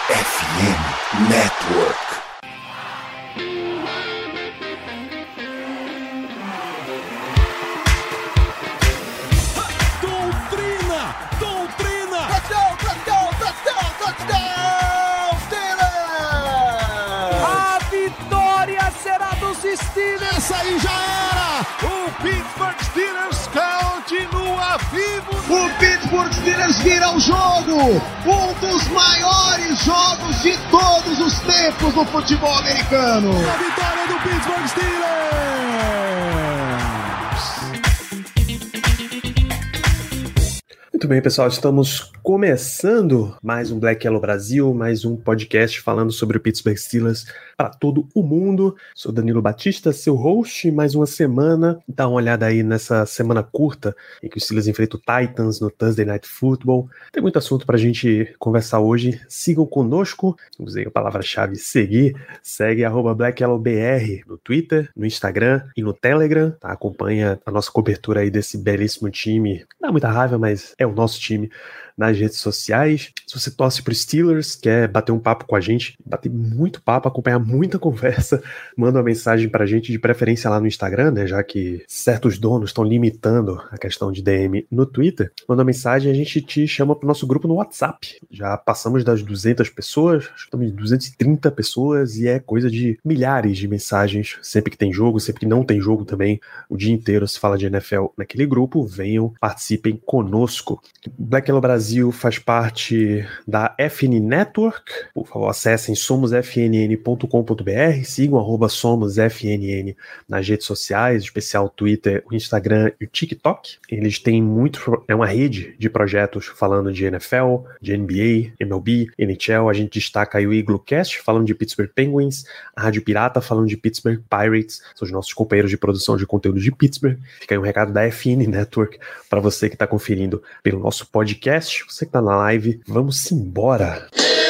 FM Network. Doutrina! Touchdown, Steelers! A vitória será dos Steelers! Essa aí já era! O Pittsburgh Steelers continua vivo! O Pittsburgh Steelers vira o jogo! Um dos maiores jogos de todos os tempos no futebol americano! A vitória do Pittsburgh Steelers! Muito bem, pessoal, estamos começando mais um Black Yellow Brasil, mais um podcast falando sobre o Pittsburgh Steelers para todo o mundo. Sou Danilo Batista, seu host, mais uma semana. Dá uma olhada aí nessa semana curta em que o Steelers enfrenta o Titans no Thursday Night Football. Tem muito assunto para a gente conversar hoje. Sigam conosco, usei a palavra-chave seguir, segue @BlackYellowBR no Twitter, no Instagram e no Telegram, tá? Acompanha a nossa cobertura aí desse belíssimo time. Dá muita raiva, mas é o nosso time nas redes sociais. Se você torce pro Steelers, quer bater um papo com a gente, bater muito papo, acompanhar muita conversa, manda uma mensagem pra gente, de preferência lá no Instagram, né, já que certos donos estão limitando a questão de DM no Twitter. Manda uma mensagem e a gente te chama pro nosso grupo no WhatsApp. Já passamos das 200 pessoas, acho que estamos em 230 pessoas e é coisa de milhares de mensagens sempre que tem jogo, sempre que não tem jogo também, o dia inteiro se fala de NFL naquele grupo. Venham, participem conosco. Black Yellow Brasil faz parte da FN Network. Por favor, acessem somosfnn.com.br, sigam @somosfnn nas redes sociais, em especial o Twitter, o Instagram e o TikTok. Eles têm é uma rede de projetos falando de NFL, de NBA, MLB, NHL. A gente destaca aí o Iglocast, falando de Pittsburgh Penguins, a Rádio Pirata, falando de Pittsburgh Pirates, são os nossos companheiros de produção de conteúdo de Pittsburgh. Fica aí um recado da FN Network para você que está conferindo pelo nosso podcast. Você que tá na live, vamos embora!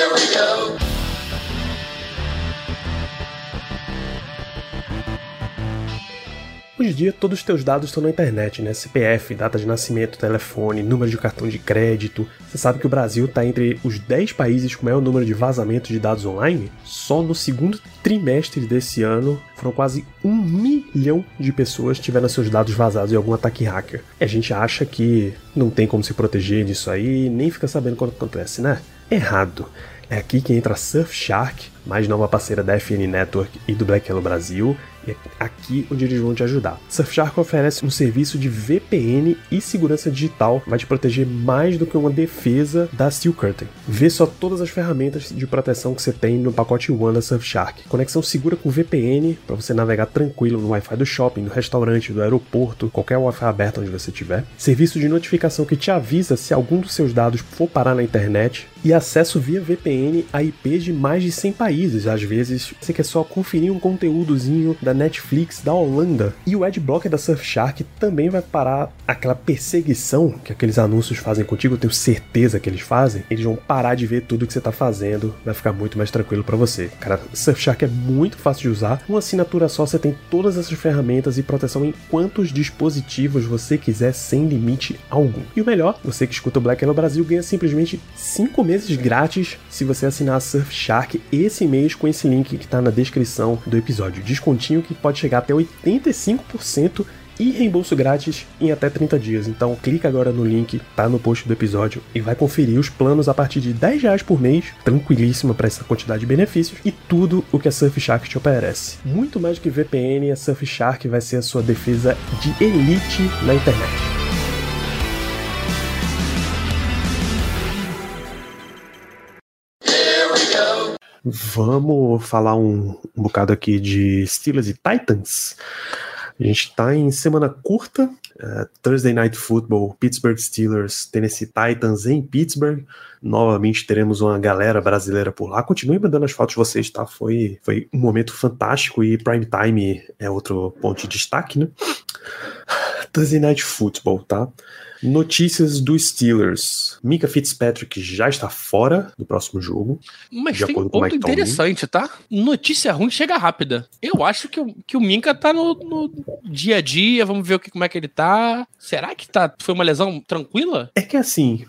Hoje em dia, todos os teus dados estão na internet, né? CPF, data de nascimento, telefone, número de cartão de crédito. Você sabe que o Brasil está entre os 10 países com maior número de vazamentos de dados online? Só no segundo trimestre desse ano, foram quase 1 milhão de pessoas que tiveram seus dados vazados em algum ataque hacker. E a gente acha que não tem como se proteger disso aí, nem fica sabendo quando acontece, né? Errado. É aqui que entra a Surfshark, mais nova parceira da FN Network e do Black Yellow Brasil, e é aqui onde eles vão te ajudar. Surfshark oferece um serviço de VPN e segurança digital, vai te proteger mais do que uma defesa da Steel Curtain. Vê só todas as ferramentas de proteção que você tem no pacote One da Surfshark. Conexão segura com VPN, para você navegar tranquilo no Wi-Fi do shopping, do restaurante, do aeroporto, qualquer Wi-Fi aberto onde você estiver. Serviço de notificação que te avisa se algum dos seus dados for parar na internet, e acesso via VPN a IPs de mais de 100 países. Às vezes, você quer só conferir um conteúdozinho da Netflix da Holanda. E o Adblocker da Surfshark também vai parar aquela perseguição que aqueles anúncios fazem contigo. Eu tenho certeza que eles fazem. Eles vão parar de ver tudo que você tá fazendo. Vai ficar muito mais tranquilo para você. Cara, Surfshark é muito fácil de usar. Uma assinatura só, você tem todas essas ferramentas e proteção em quantos dispositivos você quiser, sem limite algum. E o melhor, você que escuta o Black Yellow Brasil ganha simplesmente 5 meses grátis se você assinar a Surfshark esse mês com esse link que tá na descrição do episódio. Descontinho que pode chegar até 85% e reembolso grátis em até 30 dias. Então clica agora no link, tá no post do episódio, e vai conferir os planos a partir de R$10 por mês, tranquilíssima para essa quantidade de benefícios, e tudo o que a Surfshark te oferece. Muito mais do que VPN, a Surfshark vai ser a sua defesa de elite na internet. Vamos falar um bocado aqui de Steelers e Titans. A gente tá em semana curta, Thursday Night Football, Pittsburgh Steelers, Tennessee Titans em Pittsburgh. Novamente teremos uma galera brasileira por lá. Continuem mandando as fotos de vocês, tá? Foi um momento fantástico, e Prime Time é outro ponto de destaque, né? Thursday Night Football, tá? Notícias do Steelers. Micah Fitzpatrick já está fora do próximo jogo. Mas tem um ponto interessante, tá? Notícia ruim chega rápida. Eu acho que o Micah tá no dia a dia. Vamos ver como é que ele tá. Será que foi uma lesão tranquila? É que assim,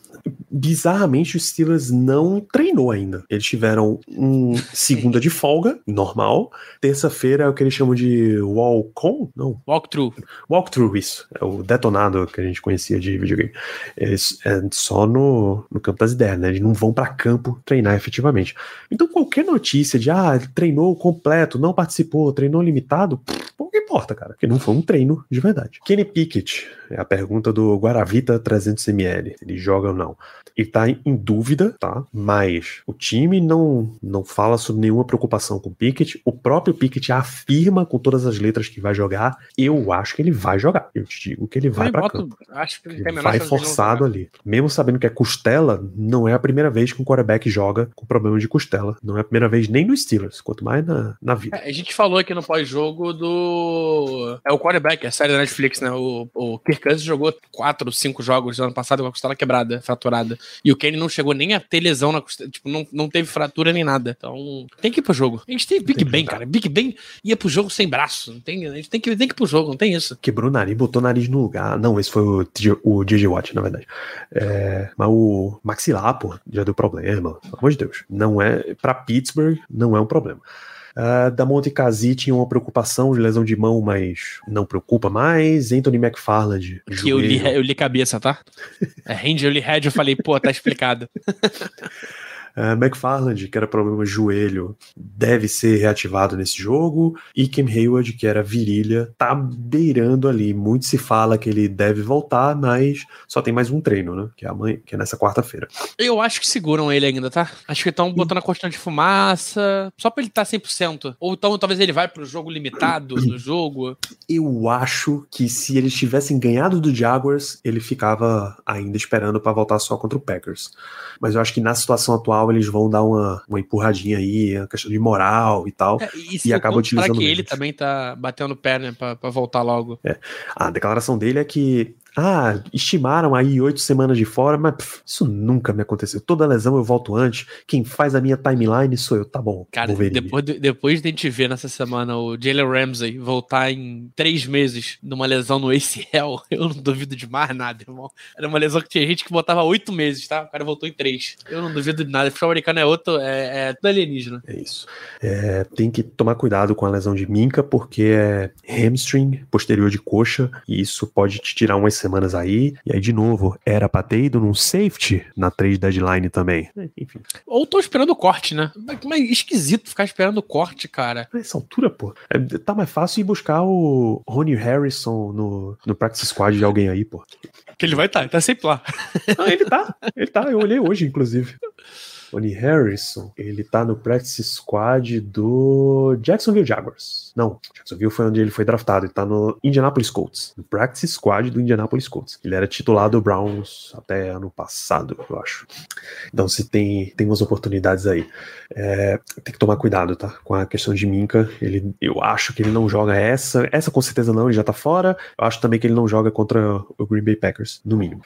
bizarramente, o Steelers não treinou ainda. Eles tiveram segunda de folga, normal. Terça-feira é o que eles chamam de walk-on? Não. Walkthrough. Walkthrough, isso. É o detonado que a gente conhecia de videogame. É só no campo das ideias, né? Eles não vão pra campo treinar efetivamente. Então qualquer notícia de, ele treinou completo, não participou, treinou limitado, pouco importa, cara. Porque não foi um treino de verdade. Kenny Pickett, é a pergunta do Guaravita 300ml. Ele joga ou não? Ele tá em dúvida, tá? Mas o time não fala sobre nenhuma preocupação com o Pickett. O próprio Pickett afirma com todas as letras que vai jogar. Eu acho que ele vai jogar. Eu te digo que ele vai pra campo. Acho que ele vai forçado ali. Mesmo sabendo que é costela, não é a primeira vez que um quarterback joga com problema de costela. Não é a primeira vez nem no Steelers, quanto mais na vida. A gente falou aqui no pós-jogo do... É o quarterback, a série da Netflix, né? O Kirk Cousins jogou 4 ou 5 jogos no ano passado com a costela quebrada, fraturada. E o Kenny não chegou nem a ter lesão na costela. Tipo, não teve fratura nem nada. Então, tem que ir pro jogo. A gente tem Big Ben, cara. Big Ben ia pro jogo sem braço. A gente tem que ir pro jogo, não tem isso. Quebrou o nariz, botou o nariz no lugar. Não, esse foi o J.J. Watt, na verdade. Mas o maxilar, pô, já deu problema. Pelo amor de Deus. Não é... Pra Pittsburgh, não é um problema. Damonte Cassie tinha uma preocupação de lesão de mão, mas não preocupa mais. Anthony McFarland. Que eu li cabeça, tá? Randy, eu li head, eu falei, pô, tá explicado. McFarland, que era problema de joelho, deve ser reativado nesse jogo. E Cam Hayward, que era virilha, tá beirando ali. Muito se fala que ele deve voltar, mas só tem mais um treino, né? Que é nessa quarta-feira. Eu acho que seguram ele ainda, tá? Acho que estão botando a cortina de fumaça, só pra ele estar 100%. Ou então talvez ele vai pro jogo limitado no jogo. Eu acho que se eles tivessem ganhado do Jaguars, ele ficava ainda esperando pra voltar só contra o Packers. Mas eu acho que na situação atual eles vão dar uma empurradinha aí, a questão de moral e tal, e acaba utilizando que ele também tá batendo o pé, né, pra voltar logo. A declaração dele é que estimaram aí 8 semanas de fora, mas isso nunca me aconteceu. Toda lesão eu volto antes. Quem faz a minha timeline sou eu. Tá bom. Cara, depois de a gente ver nessa semana o Jalen Ramsey voltar em 3 meses numa lesão no ACL, eu não duvido de mais nada, irmão. Era uma lesão que tinha gente que botava 8 meses, tá? O cara voltou em 3. Eu não duvido de nada. O futebol americano é outro, é tudo alienígena. É isso. Tem que tomar cuidado com a lesão de Minkah, porque é hamstring posterior de coxa, e isso pode te tirar umas semanas aí, e aí de novo, era pra ter ido num safety na trade deadline também. Enfim. Ou tô esperando o corte, né? Mas esquisito ficar esperando o corte, cara. Nessa altura, pô. Tá mais fácil ir buscar o Ronnie Harrison no practice squad de alguém aí, pô. Que ele vai estar, ele tá sempre lá. Ele tá, eu olhei hoje, inclusive. Ronnie Harrison, ele tá no practice squad do Jacksonville Jaguars. Não, Jacksonville foi onde ele foi draftado. Ele tá no Indianapolis Colts. No practice squad do Indianapolis Colts. Ele era titular do Browns até ano passado, eu acho. Então, se tem umas oportunidades aí. Tem que tomar cuidado, tá? Com a questão de Minkah. Eu acho que ele não joga essa com certeza não, ele já tá fora. Eu acho também que ele não joga contra o Green Bay Packers, no mínimo.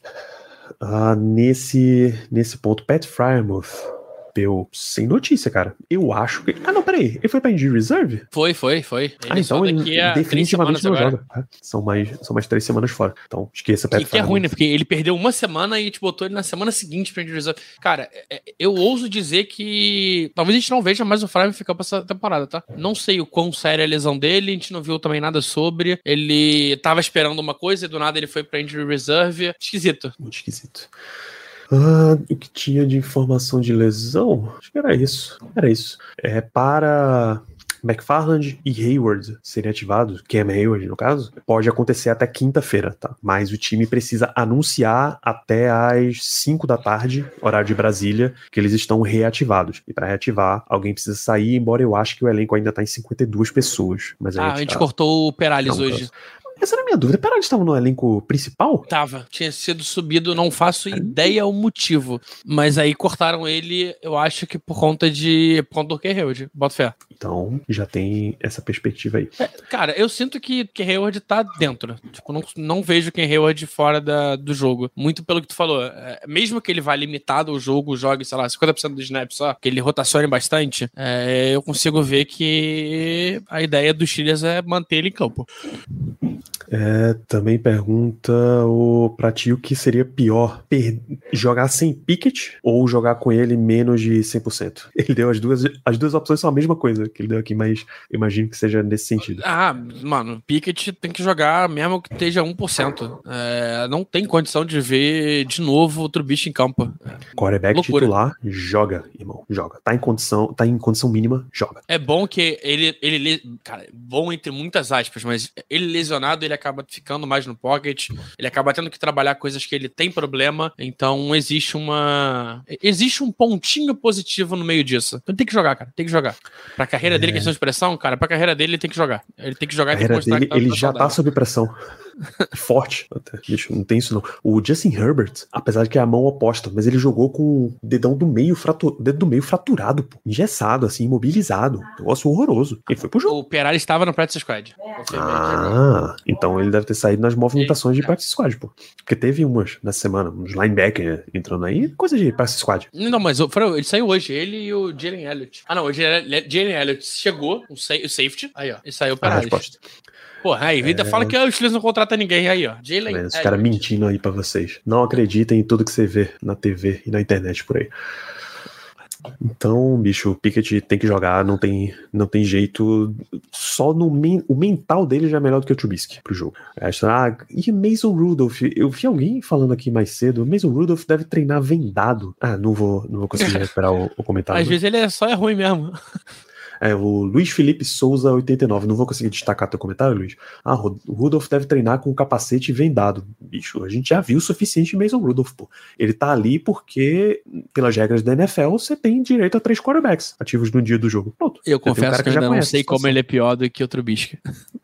Nesse ponto, Pat Freiermuth, sem notícia, cara. Eu acho que... não, peraí. Ele foi pra Injury Reserve? Foi. Então ele definitivamente não joga. São mais 3 semanas fora. Então, esqueça Pat Freiermuth. Que é ruim, né? Porque ele perdeu uma semana e a gente botou ele na semana seguinte pra Injury Reserve. Cara, eu ouso dizer que talvez a gente não veja mais o Freiermuth ficar pra essa temporada, tá? Não sei o quão séria é a lesão dele, a gente não viu também nada sobre. Ele tava esperando uma coisa e do nada ele foi pra Injury Reserve. Esquisito. Muito esquisito. O que tinha de informação de lesão? Acho que era isso. Para McFarland e Hayward serem ativados, Cam Hayward no caso, pode acontecer até quinta-feira, tá? Mas o time precisa anunciar até às 5 da tarde, horário de Brasília, que eles estão reativados. E para reativar, alguém precisa sair, embora eu ache que o elenco ainda tá em 52 pessoas. Mas a gente cortou o Perales hoje. Essa era a minha dúvida. Perales estava no elenco principal? Tava. Tinha sido subido, não faço ideia o motivo. Mas aí cortaram ele, eu acho que por conta do Ken Hayward. Bota fé. Então, já tem essa perspectiva aí. Cara, eu sinto que Ken Hayward tá dentro. Tipo, não vejo Ken Hayward fora do jogo. Muito pelo que tu falou. Mesmo que ele vá limitado ao jogo, jogue, sei lá, 50% do snap só, que ele rotacione bastante, eu consigo ver que a ideia dos Steelers é manter ele em campo. Também pergunta pra ti o que seria pior, jogar sem Pickett ou jogar com ele menos de 100%. Ele deu as duas opções são a mesma coisa que ele deu aqui, mas imagino que seja nesse sentido. Mano, Pickett tem que jogar mesmo que esteja 1%. Não tem condição de ver de novo o Trubisky em campo. Quarterback titular, joga, irmão, joga. Tá em condição mínima, joga. É bom que cara, é bom entre muitas aspas, mas ele lesionado, ele acaba ficando mais no pocket, ele acaba tendo que trabalhar coisas que ele tem problema, então existe um pontinho positivo no meio disso. Então tem que jogar, cara, tem que jogar. Pra carreira dele, questão de pressão, cara, pra carreira dele ele tem que jogar. Ele tem que jogar e tem que mostrar que ele já tá sob pressão. Forte. Bicho, não tem isso não. O Justin Herbert, apesar de que é a mão oposta, mas ele jogou com o dedo do meio fraturado, pô. Engessado, assim, imobilizado. Negócio horroroso. Ele foi pro jogo. O Peralta estava no practice squad. Então ele deve ter saído nas movimentações de practice squad, pô. Porque teve umas nessa semana, uns linebackers entrando aí, coisa de practice squad. Não, mas ele saiu hoje, ele e o Jalen Elliott. O Jalen Elliott chegou, o safety, aí ó, e saiu o Peralta. Porra, aí, ainda fala que o Steelers não contrata ninguém aí, ó. Os caras mentindo aí pra vocês. Não acreditem em tudo que você vê na TV e na internet por aí. Então, bicho, o Pickett tem que jogar, não tem jeito. Só o mental dele já é melhor do que o Trubisky pro jogo. E Mason Rudolph? Eu vi alguém falando aqui mais cedo. O Mason Rudolph deve treinar vendado. Não vou conseguir recuperar o comentário. Às vezes ele só é ruim mesmo. O Luiz Felipe Souza 89, não vou conseguir destacar teu comentário, Luiz. O Rudolph deve treinar com o capacete vendado. Bicho, a gente já viu o suficiente de Mason Rudolph, pô. Ele tá ali porque, pelas regras da NFL, você tem direito a 3 quarterbacks ativos no dia do jogo. Pronto. Eu confesso que eu ainda não sei como ele é pior do que o Trubisky.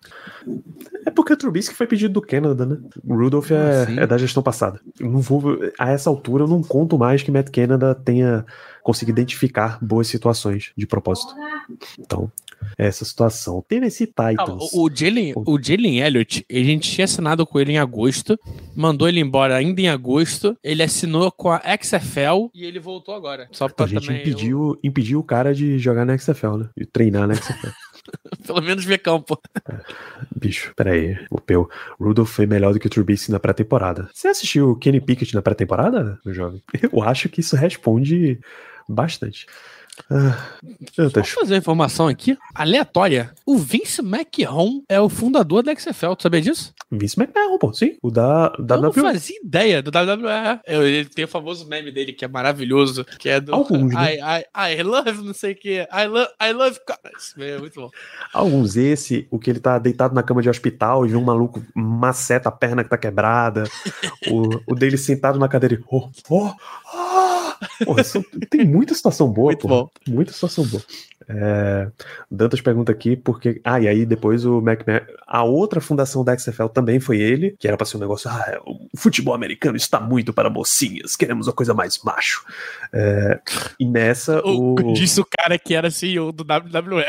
É porque o Trubisky foi pedido do Canada, né? O Rudolph é da gestão passada. Eu não vou, a essa altura, eu não conto mais que Matt Canada tenha conseguido identificar boas situações de propósito. Então, essa situação. Tennessee Titans. O Jalen Elliott, a gente tinha assinado com ele em agosto, mandou ele embora ainda em agosto, ele assinou com a XFL e ele voltou agora. Só pra a gente impediu o cara de jogar na XFL, né? De treinar na XFL. Pelo menos ver campo. Bicho, peraí. O Rudolph foi melhor do que o Trubisky na pré-temporada. Você assistiu o Kenny Pickett na pré-temporada, meu jovem? Eu acho que isso responde bastante. Deixa eu fazer uma informação aqui, aleatória. O Vince McMahon é o fundador da XFL, tu sabia disso? Vince McMahon, pô, sim. O da eu não fazia ideia do WWE. Ele tem o famoso meme dele que é maravilhoso, que é do alguns, né? I love não sei o que, I love é muito bom. Alguns, o que ele tá deitado na cama de hospital e vê um maluco maceta a perna que tá quebrada, o dele sentado na cadeira e Porra, tem muita situação boa, muito bom. Muita situação boa. Dantas pergunta aqui porque. E aí depois o McMahon. A outra fundação da XFL também foi ele, que era pra ser um negócio. O futebol americano está muito para mocinhas, queremos uma coisa mais macho. E nessa. Disse o cara que era CEO do WWE.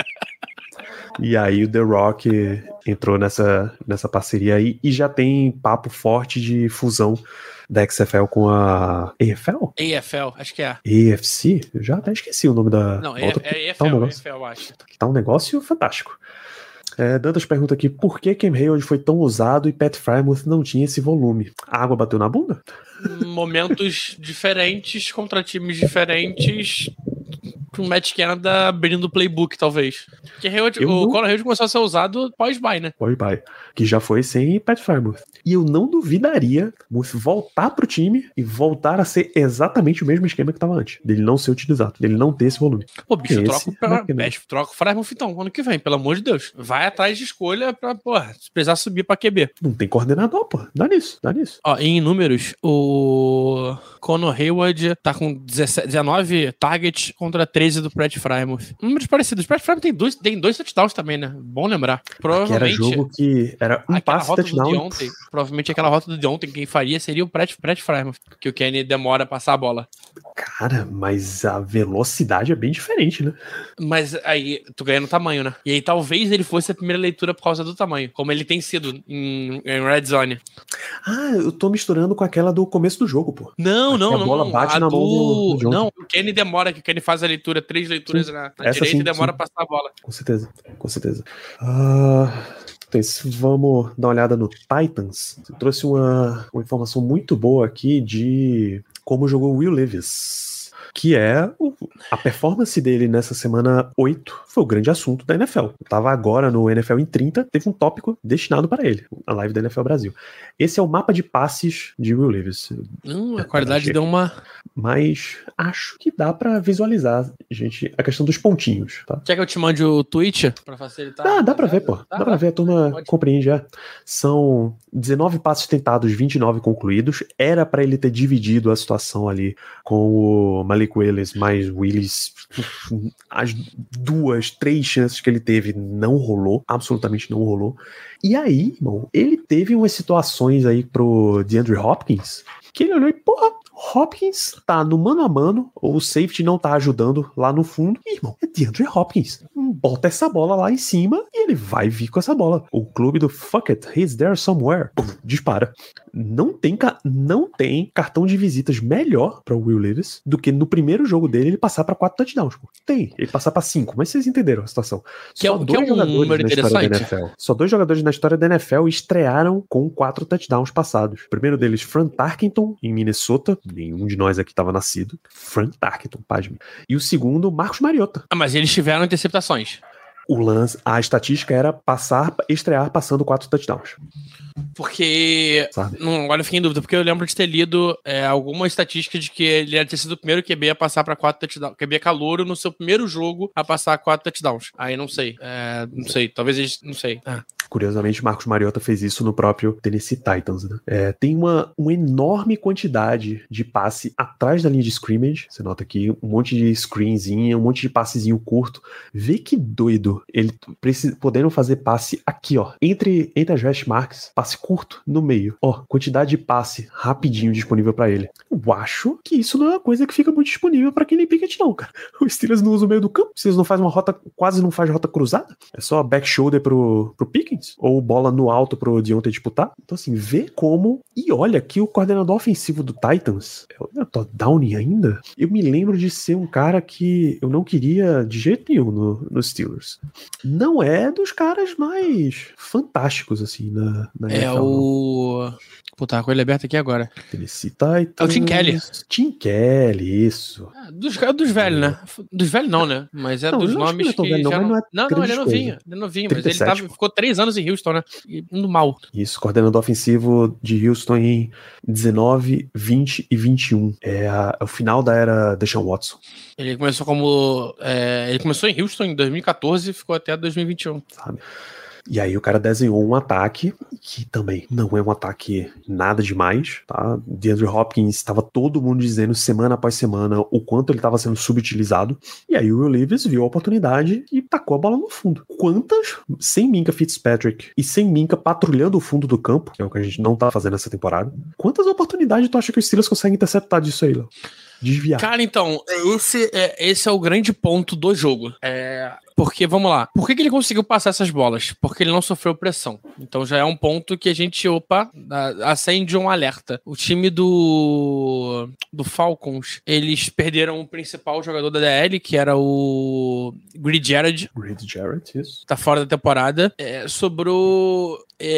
E aí o The Rock entrou nessa parceria aí e já tem papo forte de fusão da XFL com a AFL? AFL, acho que é. AFC? Eu já até esqueci o nome da... Não, é AFL, AFL, acho. Tá um negócio fantástico. Dantas pergunta aqui, por que Cam Hayward foi tão usado e Pat Frymouth não tinha esse volume? A água bateu na bunda? Momentos diferentes, contra times diferentes... com o Matt Canada abrindo o playbook, talvez. Porque o Conor Hayward começou a ser usado pós-bye, né? Pós-bye. Que já foi sem Pat Frymouth. E eu não duvidaria voltar pro time e voltar a ser exatamente o mesmo esquema que tava antes. Dele não ser utilizado. Dele não ter esse volume. Pô, bicho, troca o Frymouth então, ano que vem, pelo amor de Deus. Vai atrás de escolha pra, se precisar subir pra QB. Não tem coordenador, pô. Dá nisso. Em números, o Conor Hayward tá com 19 targets contra 13 do Pat Frymouth. Números parecidos. O Pat Frymouth tem dois touchdowns também, né? Bom lembrar. Provavelmente. Era jogo que era um passe touchdown. Provavelmente aquela rota de ontem, quem faria seria o Pat Frymouth, que o Kenny demora a passar a bola. Cara, mas a velocidade é bem diferente, né? Mas aí, tu ganha no tamanho, né? E aí talvez ele fosse a primeira leitura por causa do tamanho, como ele tem sido em Red Zone. Eu tô misturando com aquela do começo do jogo, pô. Não. A bola bate na mão do John. Não, o Kenny demora, que o Kenny faz a leitura, 3 leituras na direita e demora a passar a bola. Com certeza. Vamos dar uma olhada no Titans. Eu trouxe uma informação muito boa aqui de como jogou o Will Levis, que é a performance dele nessa semana 8, foi o grande assunto da NFL. Eu tava agora no NFL em 30, teve um tópico destinado para ele, a live da NFL Brasil. Esse é o mapa de passes de Will Levis. A qualidade deu uma... Mas acho que dá pra visualizar, gente, a questão dos pontinhos, tá? Quer que eu te mande o tweet pra facilitar? Dá pra ver, pô. Dá pra ver, a turma compreende já. São 19 passes tentados, 29 concluídos. Era pra ele ter dividido a situação ali com o Malik Willis, mas Willis, as 2, 3 chances que ele teve não rolou, absolutamente não rolou. E aí, irmão, ele teve umas situações aí pro DeAndre Hopkins, que ele olhou e, porra, Hopkins tá no mano a mano, ou o safety não tá ajudando lá no fundo. E, irmão, é DeAndre Hopkins. Bota essa bola lá em cima e ele vai vir com essa bola. O clube do fuck it, he's there somewhere. Pum, dispara. Não tem cartão de visitas melhor pra Will Levis do que no primeiro jogo dele ele passar pra 4 touchdowns. Pô. Tem, ele passar pra 5, mas vocês entenderam a situação. Só 2 jogadores na história da NFL. Só 2 jogadores na história da NFL estrearam com 4 touchdowns passados. O primeiro deles, Frank Tarkenton, em Minnesota. Nenhum de nós aqui estava nascido. Frank Tarkenton, pasme. E o segundo, Marcus Mariota. Mas eles tiveram interceptações. A estatística era estrear passando 4 touchdowns. Porque. Agora eu fiquei em dúvida, porque eu lembro de ter lido alguma estatística de que ele ia ter sido o primeiro QB a passar pra 4 touchdowns. QB calouro no seu primeiro jogo a passar 4 touchdowns. Aí não sei. Não sei. Talvez eles. Não sei. Curiosamente, Marcus Mariota fez isso no próprio Tennessee Titans, né? Tem uma enorme quantidade de passe atrás da linha de scrimmage. Você nota aqui um monte de screenzinho, um monte de passezinho curto. Vê que doido ele podendo fazer passe aqui, ó. Entre as hash marks, passe curto no meio. Ó, quantidade de passe rapidinho disponível pra ele. Eu acho que isso não é uma coisa que fica muito disponível pra Kenny Pickett, não, cara. O Steelers não usa o meio do campo. Vocês não fazem uma rota, quase não faz rota cruzada. É só back shoulder pro Pickens. Ou bola no alto pro Deontay disputar. Então, assim, vê como... E olha que o coordenador ofensivo do Titans é o Todd Downing ainda. Eu me lembro de ser um cara que eu não queria de jeito nenhum no Steelers. Não é dos caras mais fantásticos, assim, na NFL. Pô, tá com ele aberto aqui agora. Tennessee Titans. É o Tim Kelly. Tim Kelly, isso. Dos velhos, né? Dos velhos não, né? Mas dos nomes que velho, já não. Não, ele é novinho. Ele é novinho, mas ele ficou 3 anos em Houston, né? Indo mal. Isso, coordenador ofensivo de Houston em 19, 20 e 21. É o final da era Deshaun Watson. Ele começou ele começou em Houston em 2014 e ficou até 2021. Sabe? E aí o cara desenhou um ataque que também não é um ataque nada demais, tá? DeAndre Hopkins, estava todo mundo dizendo semana após semana o quanto ele estava sendo subutilizado. E aí o Will Levis viu a oportunidade e tacou a bola no fundo. Quantas, sem Minkah Fitzpatrick e sem Minkah patrulhando o fundo do campo, que é o que a gente não tá fazendo nessa temporada, quantas oportunidades tu acha que os Steelers conseguem interceptar disso aí, Léo? Desviar. Cara, então, esse é o grande ponto do jogo. Porque, vamos lá, por que ele conseguiu passar essas bolas? Porque ele não sofreu pressão. Então já é um ponto que a gente, acende um alerta. O time do Falcons, eles perderam o principal jogador da DL, que era o Grady Jarrett. Isso. Tá fora da temporada. Sobrou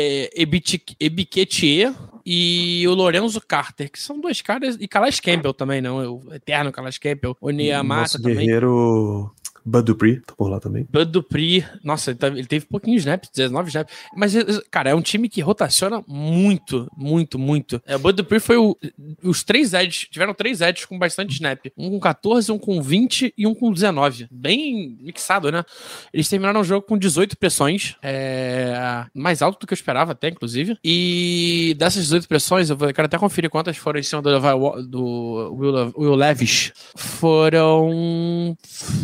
Ebiketie e o Lorenzo Carter, que são 2 caras, e Calais Campbell também, não, o eterno Calais Campbell, o Niamata também. Guerreiro Bud Dupree, tá por lá também. Bud Dupree, nossa, ele teve pouquinhos snaps, 19 snaps, mas, cara, é um time que rotaciona muito, muito, muito. O Bud Dupree foi os 3 edges, tiveram 3 edges com bastante snap, um com 14, um com 20 e um com 19, bem mixado, né? Eles terminaram o jogo com 18 pressões, mais alto do que eu esperava até, inclusive, e dessas 18 pressões, eu quero até conferir quantas foram em cima do Will Levis, foram...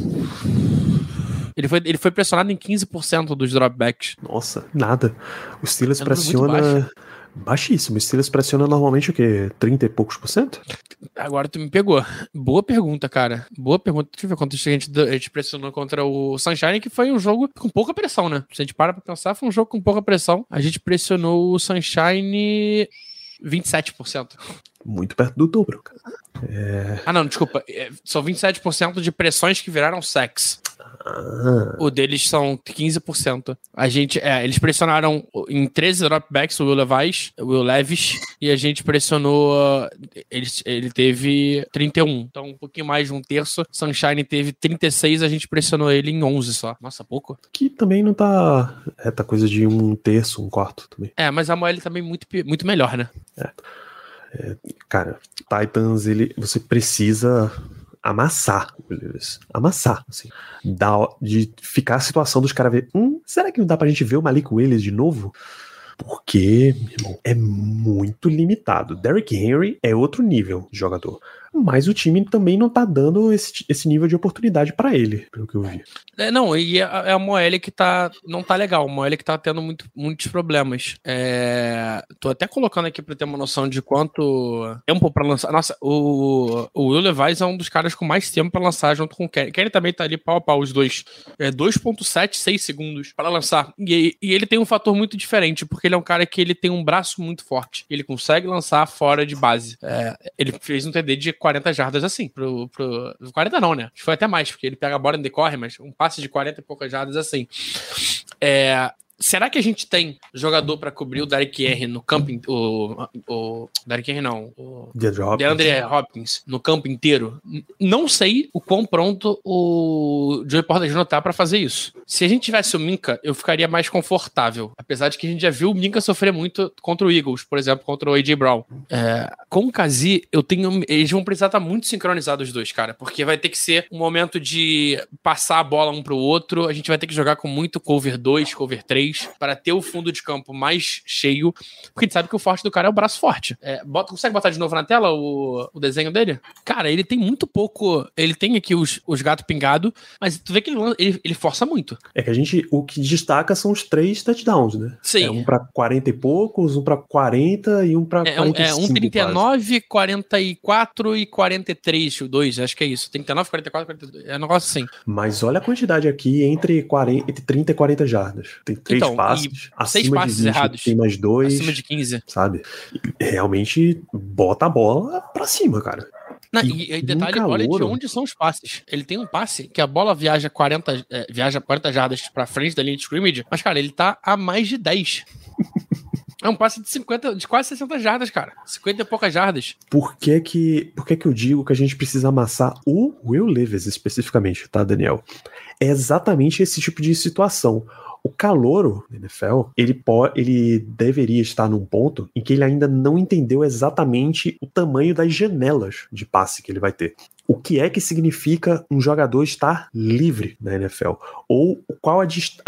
Ele foi pressionado em 15% dos dropbacks. Nossa, nada. O Steelers pressiona... Baixíssimo. O Steelers pressiona normalmente o quê? 30 e poucos %? Agora tu me pegou. Boa pergunta, cara. Boa pergunta. Deixa eu ver quanto a gente pressionou contra o Sunshine, que foi um jogo com pouca pressão, né? Se a gente para pra pensar, foi um jogo com pouca pressão. A gente pressionou o Sunshine 27%. Muito perto do dobro, cara. Não, desculpa. São 27% de pressões que viraram sacks. O deles são 15%. Eles pressionaram em 13 dropbacks o Will Levis, e a gente pressionou. Ele teve 31. Então, um pouquinho mais de um terço. Sunshine teve 36, a gente pressionou ele em 11 só. Nossa, pouco. Que também não tá. Tá coisa de um terço, um quarto também. Mas a Moelle também muito, muito melhor, né? Cara, Titans, você precisa amassar, beleza? Amassar, assim. De ficar a situação dos caras ver, será que não dá pra gente ver o Malik Willis de novo? Porque, meu irmão, é muito limitado. Derrick Henry é outro nível de jogador. Mas o time também não tá dando esse nível de oportunidade pra ele, pelo que eu vi. E é a Moelle que não tá legal. A Moelle que tá tendo muitos problemas. Tô até colocando aqui pra ter uma noção de quanto tempo pra lançar. Nossa, o Will Levis é um dos caras com mais tempo pra lançar junto com o Kenny. Kenny também tá ali pau a pau, os dois. 2.76 segundos pra lançar. E ele tem um fator muito diferente, porque ele é um cara que ele tem um braço muito forte. Ele consegue lançar fora de base. Ele fez um TD de 40 jardas assim, 40 não, né? Acho que foi até mais, porque ele pega a bola e decorre, mas um passe de 40 e poucas jardas assim. Será que a gente tem jogador pra cobrir o Derrick Henry no campo? O Derrick Henry não. O DeAndre Hopkins no campo inteiro? Não sei o quão pronto o Joey Porter Jr. tá pra fazer isso. Se a gente tivesse o Minkah, eu ficaria mais confortável. Apesar de que a gente já viu o Minkah sofrer muito contra o Eagles, por exemplo, contra o A.J. Brown. Com o Kazi, eles vão precisar estar muito sincronizados os dois, cara. Porque vai ter que ser um momento de passar a bola um pro outro. A gente vai ter que jogar com muito cover 2, cover 3. Para ter o fundo de campo mais cheio, porque a gente sabe que o forte do cara é o braço forte. Consegue botar de novo na tela o desenho dele? Cara, ele tem muito pouco. Ele tem aqui os gatos pingados, mas tu vê que ele força muito. O que destaca são os 3 touchdowns, né? Sim. Um pra 40 e poucos, um pra 40 e um pra 45. Um 39, 44 e 43, o 2, acho que é isso. 39, 44, 42. É um negócio assim. Mas olha a quantidade aqui entre 30 e 40 jardas. Tem 3 passes, acima 6 passes de 20, errados. Tem mais 2. Acima de 15. Sabe? Realmente bota a bola pra cima, cara. E detalhe, olha de onde são os passes. Ele tem um passe que a bola viaja 40 jardas pra frente da linha de scrimmage, mas, cara, ele tá a mais de 10. É um passe de quase 60 jardas, cara. 50 e poucas jardas. Por que eu digo que a gente precisa amassar o Will Levis especificamente, tá, Daniel? É exatamente esse tipo de situação. O calouro da NFL, ele deveria estar num ponto em que ele ainda não entendeu exatamente o tamanho das janelas de passe que ele vai ter. O que é que significa um jogador estar livre na NFL? Ou qual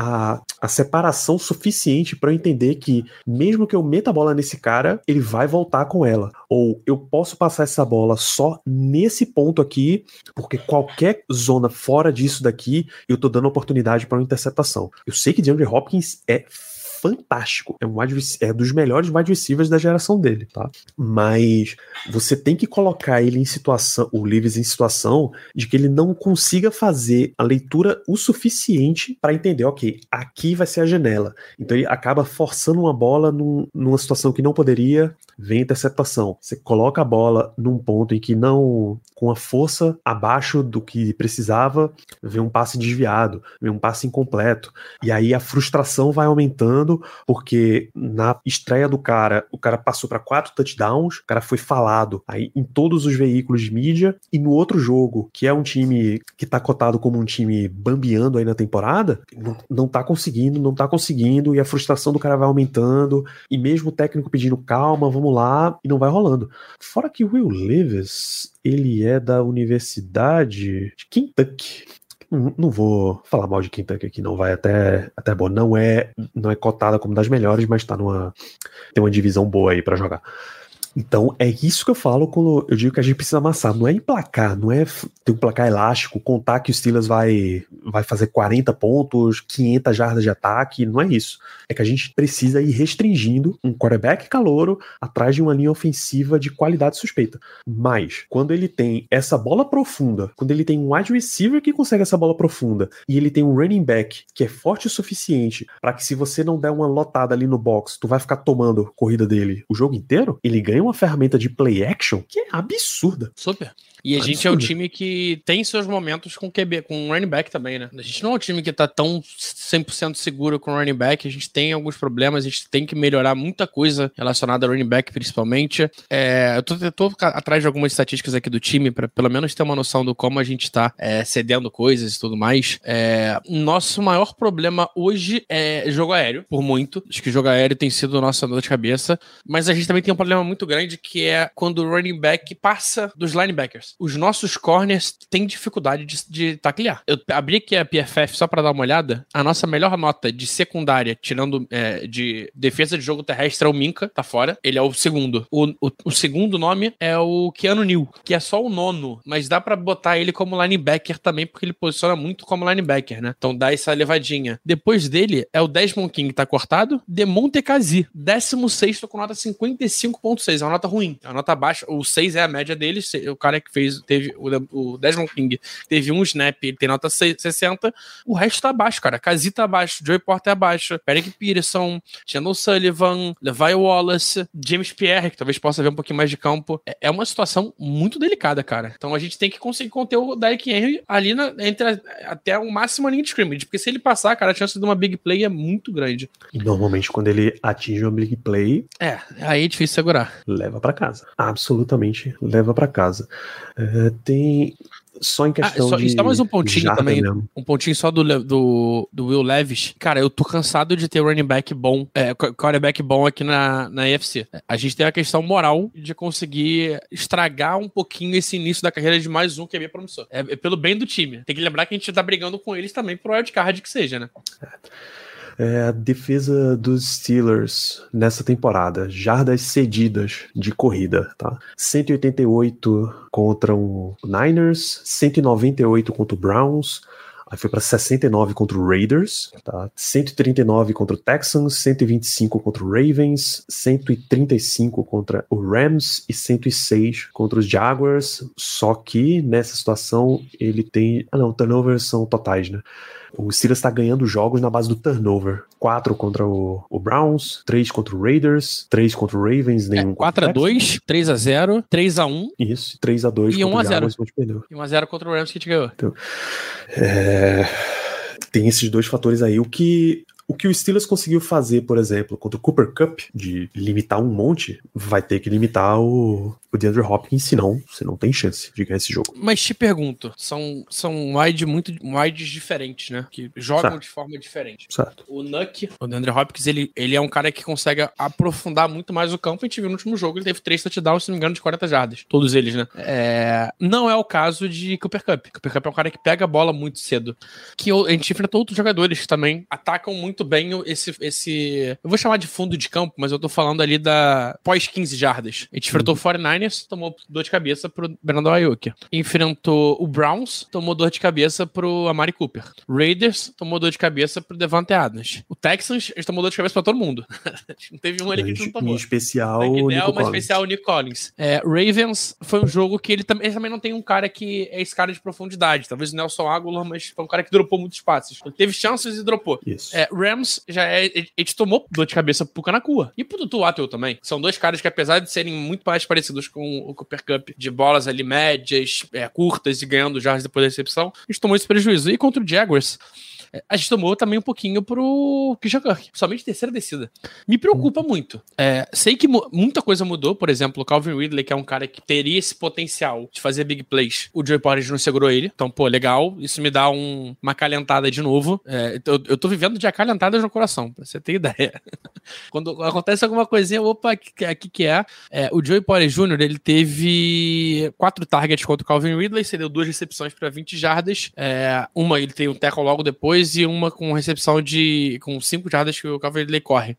a separação suficiente para eu entender que, mesmo que eu meta a bola nesse cara, ele vai voltar com ela? Ou eu posso passar essa bola só nesse ponto aqui, porque qualquer zona fora disso daqui, eu tô dando oportunidade para uma interceptação. Eu sei que DeAndre Hopkins é fantástico, é dos melhores wide receivers da geração dele, tá? Mas você tem que colocar ele em situação, o Levis em situação de que ele não consiga fazer a leitura o suficiente para entender, ok, aqui vai ser a janela. Então ele acaba forçando uma bola numa situação que não poderia, vem interceptação. Você coloca a bola num ponto em que não, com a força abaixo do que precisava, vem um passe desviado, vem um passe incompleto, e aí a frustração vai aumentando, porque na estreia do cara, o cara passou para 4 touchdowns, o cara foi falado aí em todos os veículos de mídia, e no outro jogo, que é um time que tá cotado como um time bambeando aí na temporada, não tá conseguindo, e a frustração do cara vai aumentando, e mesmo o técnico pedindo calma, vamos lá, e não vai rolando. Fora que o Will Levis, ele é da Universidade de Kentucky. Não vou falar mal de Kentucky aqui, não, vai até bom. Não é cotada como das melhores, mas tem uma divisão boa aí pra jogar. Então é isso que eu falo quando eu digo que a gente precisa amassar, não é emplacar, não é ter um placar elástico, contar que o Steelers vai fazer 40 pontos, 500 jardas de ataque, não é isso. É que a gente precisa ir restringindo um quarterback calouro atrás de uma linha ofensiva de qualidade suspeita. Mas, quando ele tem essa bola profunda, quando ele tem um wide receiver que consegue essa bola profunda, e ele tem um running back que é forte o suficiente para que se você não der uma lotada ali no box, tu vai ficar tomando corrida dele o jogo inteiro, ele ganha uma ferramenta de play action que é absurda. Super. E a gente é um time que tem seus momentos com QB, com running back também, né? A gente não é um time que tá tão 100% seguro com running back, a gente tem alguns problemas, a gente tem que melhorar muita coisa relacionada ao running back, principalmente. Eu tô atrás de algumas estatísticas aqui do time, pra pelo menos ter uma noção do como a gente tá cedendo coisas e tudo mais. Nosso maior problema hoje é jogo aéreo, por muito. Acho que jogo aéreo tem sido nossa dor de cabeça, mas a gente também tem um problema muito grande, que é quando o running back passa dos linebackers. Os nossos corners têm dificuldade de taclear. Eu abri aqui a PFF só pra dar uma olhada. A nossa melhor nota de secundária, tirando de defesa de jogo terrestre, é o Minka, tá fora. Ele é o segundo. O segundo nome é o Keanu Neal, que é só o nono, mas dá pra botar ele como linebacker também, porque ele posiciona muito como linebacker, né? Então dá essa levadinha. Depois dele é o Desmond King, tá cortado. Demonte Kazi, 16º com nota 55.6. É uma nota ruim, é uma nota baixa. O 6 é a média dele. O cara que teve o Desmond King teve um snap, ele tem nota 60. O resto tá abaixo, cara. Kazi tá abaixo, Joey Porter é abaixo, Eric Peterson, Chandler Sullivan, Levi Wallace, James Pierre, que talvez possa ver um pouquinho mais de campo. É uma situação muito delicada, cara. Então a gente tem que conseguir conter o Derrick Henry ali entre até o máximo a linha de scrimmage, porque se ele passar, cara, a chance de uma big play é muito grande. E normalmente quando ele atinge uma big play... aí é difícil segurar. Leva pra casa. Absolutamente leva pra casa. Tem... Só em questão de... Só mais um pontinho também. Mesmo. Um pontinho só do Will Levis. Cara, eu tô cansado de ter running back bom, quarterback bom aqui na AFC. A gente tem a questão moral de conseguir estragar um pouquinho esse início da carreira de mais um QB promissor. É pelo bem do time. Tem que lembrar que a gente tá brigando com eles também pro wildcard que seja, né? A defesa dos Steelers nessa temporada, jardas cedidas de corrida, tá? 188 contra o Niners, 198 contra o Browns, aí foi para 69 contra o Raiders, tá? 139 contra o Texans, 125 contra o Ravens, 135 contra o Rams e 106 contra os Jaguars, só que nessa situação ele tem... turnovers são totais, né? O Steelers está ganhando jogos na base do turnover. 4 contra o Browns, 3 contra o Raiders, 3 contra o Ravens, nenhum 4-2, 3-0, 3-1. Isso, 3-2 e contra 1-0. o Jaguars, que a gente perdeu. E 1-0 contra o Rams que a gente ganhou. Então, tem esses dois fatores aí. O que o Steelers conseguiu fazer, por exemplo, contra o Cooper Kupp, de limitar um monte, vai ter que limitar o DeAndre Hopkins, senão você não tem chance de ganhar esse jogo. Mas te pergunto, são wides diferentes, né? Que jogam de forma diferente. Certo. O Nuck, o DeAndre Hopkins, ele é um cara que consegue aprofundar muito mais o campo. A gente viu no último jogo, ele teve 3 touchdowns, se não me engano, de 40 jardas. Todos eles, né? Não é o caso de Cooper Kupp. Cooper Kupp é um cara que pega a bola muito cedo. Que a gente enfrentou outros jogadores que também atacam muito bem esse... Eu vou chamar de fundo de campo, mas eu tô falando ali da pós 15 jardas. A gente enfrentou o 49ers, tomou dor de cabeça pro Brandon Ayuk. Enfrentou o Browns, tomou dor de cabeça pro Amari Cooper. Raiders tomou dor de cabeça pro Devante Adams. O Texans, eles tomou dor de cabeça pra todo mundo. Não teve um ali que a gente não tomou. Em especial o Nick Collins. Ravens foi um jogo que ele também não tem um cara que é esse cara de profundidade. Talvez o Nelson Aguilar, mas foi um cara que dropou muitos passes. Ele teve chances e dropou. Isso. Rams a gente tomou dor de cabeça pro Kanakua. E pro Tutu Atwell também. São dois caras que, apesar de serem muito mais parecidos com o Cooper Kupp, de bolas ali médias, curtas e ganhando jardas depois da recepção, a gente tomou esse prejuízo. E contra o Jaguars, a gente tomou também um pouquinho pro Christian Kirk, somente terceira descida. Me preocupa muito. Sei que muita coisa mudou, por exemplo, o Calvin Ridley, que é um cara que teria esse potencial de fazer big plays. O Joey Porter não segurou ele, então, legal. Isso me dá uma acalentada de novo. Eu tô vivendo de acalentadas no coração, pra você ter ideia. Quando acontece alguma coisinha, opa, aqui que é. O Joey Porter Jr., ele teve 4 targets contra o Calvin Ridley, cedeu 2 recepções pra 20 jardas. Uma, ele tem um tackle logo depois, e uma com recepção com 5 jardas que o Calvin Ridley corre.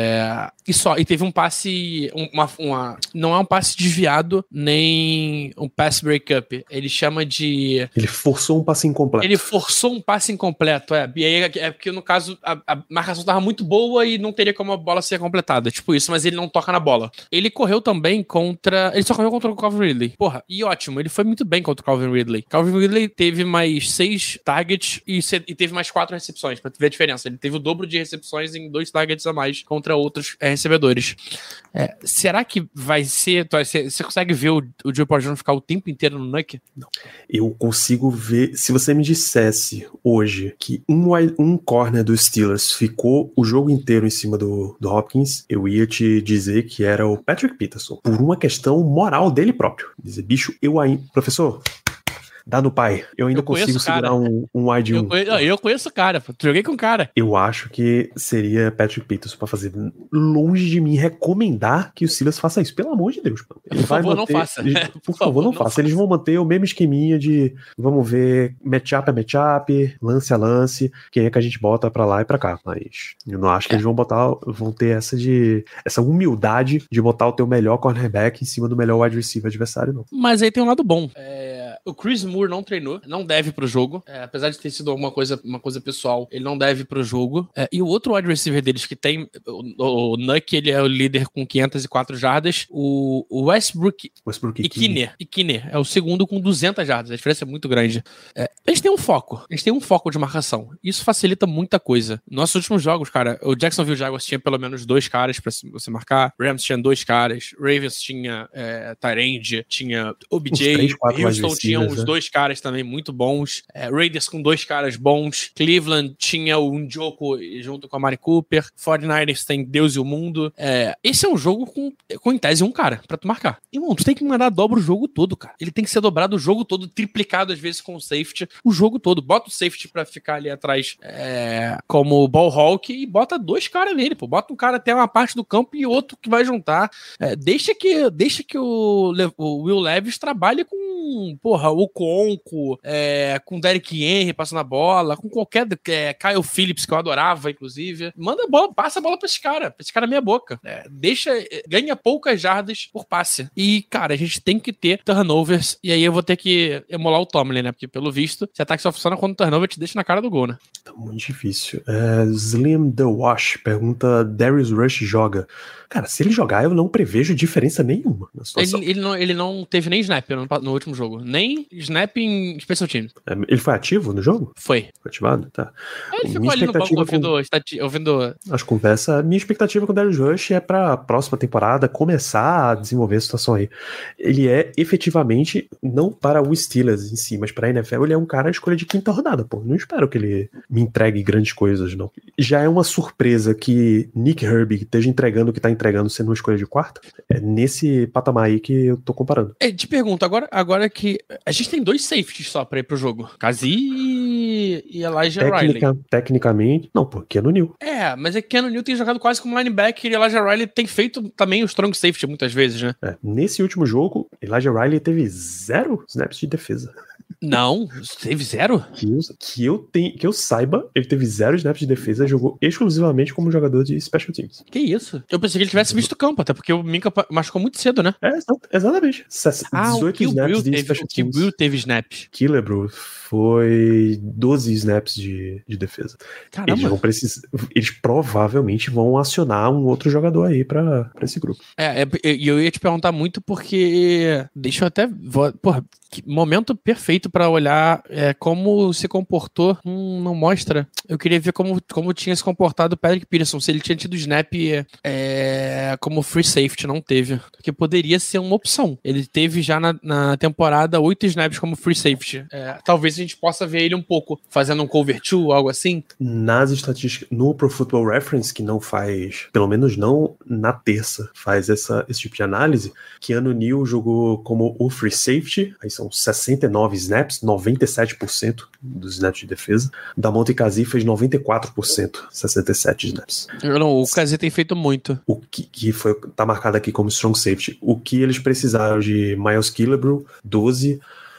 E teve um passe, não é um passe desviado, nem um pass breakup. Ele chama de... Ele forçou um passe incompleto. Ele forçou um passe incompleto, E aí porque, no caso, a marcação tava muito boa e não teria como a bola ser completada. Tipo isso, mas ele não toca na bola. Ele correu também ele só correu contra o Calvin Ridley. E ótimo, ele foi muito bem contra o Calvin Ridley. Calvin Ridley teve mais 6 targets e teve mais 4 recepções, pra ver a diferença. Ele teve o dobro de recepções em 2 targets a mais contra outros recebedores. Será que vai ser... Você consegue ver o Joey Porter Jr. ficar o tempo inteiro no Nuke? Não. Eu consigo ver... Se você me dissesse hoje que um corner dos Steelers ficou o jogo inteiro em cima do Hopkins, eu ia te dizer que era o Patrick Peterson, por uma questão moral dele próprio. Dizer, bicho, professor... Dá no pai. Eu ainda consigo segurar um wide 1. Eu conheço o cara. Joguei com o cara. Eu acho que seria Patrick Peterson pra fazer. Longe de mim recomendar que o Silas faça isso. Pelo amor de Deus. Por favor, não faça. Por favor, não faça. Eles vão manter o mesmo esqueminha de vamos ver matchup a matchup, lance a lance, quem é que a gente bota pra lá e pra cá. Mas eu não acho que eles vão ter essa humildade de botar o teu melhor cornerback em cima do melhor wide receiver adversário, não. Mas aí tem um lado bom. O Chris Moore não treinou, não deve pro jogo. Apesar de ter sido uma coisa pessoal, ele não deve pro jogo. E o outro wide receiver deles que tem, o Nuke, ele é o líder com 504 jardas. O Westbrook Ikhine é o segundo com 200 jardas. A diferença é muito grande. Eles têm um foco. Eles têm um foco de marcação. Isso facilita muita coisa. Nossos últimos jogos, cara, o Jacksonville Jaguars tinha pelo menos 2 caras pra você marcar. Rams tinha 2 caras. Ravens tinha Tyrande, tinha OBJ. Houston tinha uns 2 caras também muito bons. Raiders com 2 caras bons. Cleveland tinha o Njoku junto com a Mari Cooper. 49ers tem Deus e o Mundo. Esse é um jogo com em tese um cara pra tu marcar. Irmão, tu tem que mandar dobra o jogo todo, cara. Ele tem que ser dobrado o jogo todo, triplicado às vezes com o safety, o jogo todo. Bota o safety pra ficar ali atrás como o ball hawk e bota 2 caras nele, pô. Bota um cara até uma parte do campo e outro que vai juntar. Deixa que o Will Levis trabalhe com o Conco, com o Derrick Henry passando a bola, com qualquer Kyle Phillips, que eu adorava, inclusive. Manda a bola, passa a bola pra esse cara meia boca. Ganha poucas jardas por passe. E, cara, a gente tem que ter turnovers, e aí eu vou ter que emular o Tomlin, né? Porque, pelo visto, esse ataque só funciona quando o turnover te deixa na cara do gol, né? Tá muito difícil. Slim The Wash pergunta: Darius Rush joga? Cara, se ele jogar, eu não prevejo diferença nenhuma na situação. Ele não teve nem snap no último jogo. Nem snap em Special Teams. Ele foi ativo no jogo? Foi. Foi ativado? Tá. Ele ficou ali no banco ouvindo... As conversas. A minha expectativa com o Darius Rush é pra próxima temporada começar a desenvolver a situação aí. Ele é efetivamente, não para o Steelers em si, mas pra NFL, ele é um cara escolha de 5ª rodada, pô. Não espero que ele me entregue grandes coisas, não. Já é uma surpresa que Nick Herbig esteja entregando o que tá entregando sendo uma escolha de 4ª. É nesse patamar aí que eu tô comparando. Te pergunto, agora que a gente tem 2 safeties só pra ir pro jogo. Kazi e Elijah Riley. Tecnicamente, não, pô, Keanu Neal. Mas Keanu Neal tem jogado quase como linebacker e Elijah Riley tem feito também o strong safety muitas vezes, né? Nesse último jogo, Elijah Riley teve 0 snaps de defesa. Não, teve 0? Que eu saiba, ele teve 0 snaps de defesa, jogou exclusivamente como jogador de special teams. Que isso? Eu pensei que ele tivesse visto o campo, até porque o Minka machucou muito cedo, né? Exatamente. 18 snaps de special teams. O Kill teve snaps. Killebrew foi 12 snaps de defesa. Caramba. Eles provavelmente vão acionar um outro jogador aí pra esse grupo. E eu ia te perguntar muito porque... Deixa eu até... Porra, que momento perfeito pra olhar como se comportou. Não mostra. Eu queria ver como tinha se comportado o Patrick Peterson, se ele tinha tido snap como free safety. Não teve. Porque poderia ser uma opção. Ele teve já na temporada 8 snaps como free safety. Talvez a gente possa ver ele um pouco fazendo um cover 2, algo assim. Nas estatísticas, no Pro Football Reference, que não faz, pelo menos não na terça, faz esse tipo de análise, Keanu Neal jogou como o free safety, aí são 69 snaps, 97% dos snaps de defesa. Damonte Kazi fez 94%, 67 snaps. O Kazi tem feito muito. O que tá marcado aqui como strong safety. O que eles precisaram de Miles Killebrew, 12.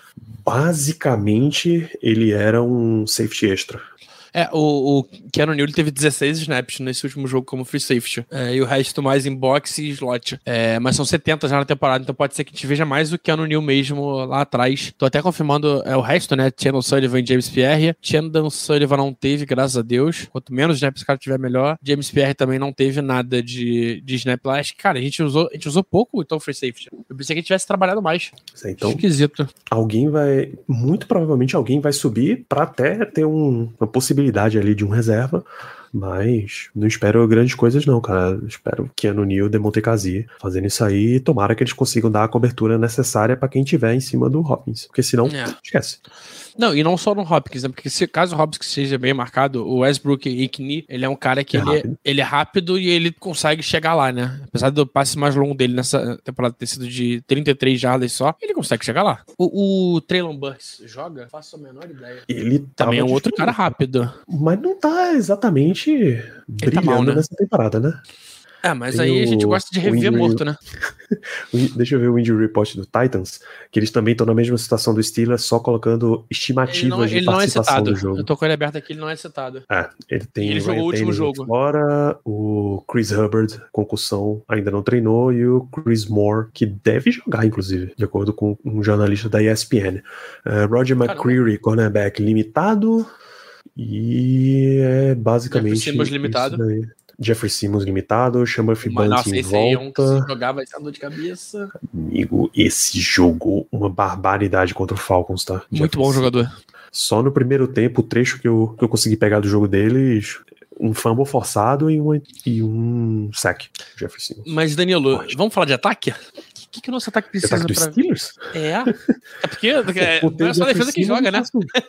Basicamente, ele era um safety extra. O Keanu Neal teve 16 snaps nesse último jogo como free safety. E o resto mais em box e slot. Mas são 70 já na temporada, então pode ser que a gente veja mais o Keanu Neal mesmo lá atrás. Tô até confirmando o resto, né? Chandon Sullivan e James Pierre. Chandon Sullivan não teve, graças a Deus. Quanto menos snaps o cara tiver, melhor. James Pierre também não teve nada de snap lá. Acho que, cara, a gente usou pouco então free safety. Eu pensei que a gente tivesse trabalhado mais. Então, esquisito. Muito provavelmente alguém vai subir pra até ter uma possibilidade possibilidade ali de um reserva, mas não espero grandes coisas não, cara. Espero que Keanu Neal e Montecazi fazendo isso aí, tomara que eles consigam dar a cobertura necessária pra quem tiver em cima do Hopkins, porque senão, esquece. Não, e não só no Hopkins, né? Porque se caso o Hopkins seja bem marcado, o Westbrook Ikhine, ele é um cara que ele é rápido e ele consegue chegar lá, né? Apesar do passe mais longo dele nessa temporada ter sido de 33 jardas só, ele consegue chegar lá. O Treylon Burks joga? Faço a menor ideia. Ele também é um outro cara rápido. Mas não tá exatamente brilhando tá mal, né? nessa temporada, né? Mas aí a gente gosta de rever morto, né? Deixa eu ver o Injury Report do Titans, que eles também estão na mesma situação do Steelers, só colocando estimativas de participação do jogo. Eu tô com ele aberto aqui, ele não é citado. Ele tem ele jogou o último jogo. Fora, o Chris Hubbard, concussão, ainda não treinou, e o Chris Moore, que deve jogar, inclusive, de acordo com um jornalista da ESPN. Roger McCreary, cornerback limitado, e é basicamente Simmons limitado. Jeffrey Simmons limitado, Murphy Bunting esse volta. Aí é um que se jogar vai ser dor de cabeça. Amigo, esse jogou uma barbaridade contra o Falcons, tá? Muito bom jogador. Só no primeiro tempo, o trecho que eu consegui pegar do jogo deles, um fumble forçado e um sack. Jeffrey Simmons. Mas, Danilo, vamos falar de ataque? O que o nosso ataque precisa para Steelers? É porque não é só a defesa que joga, né?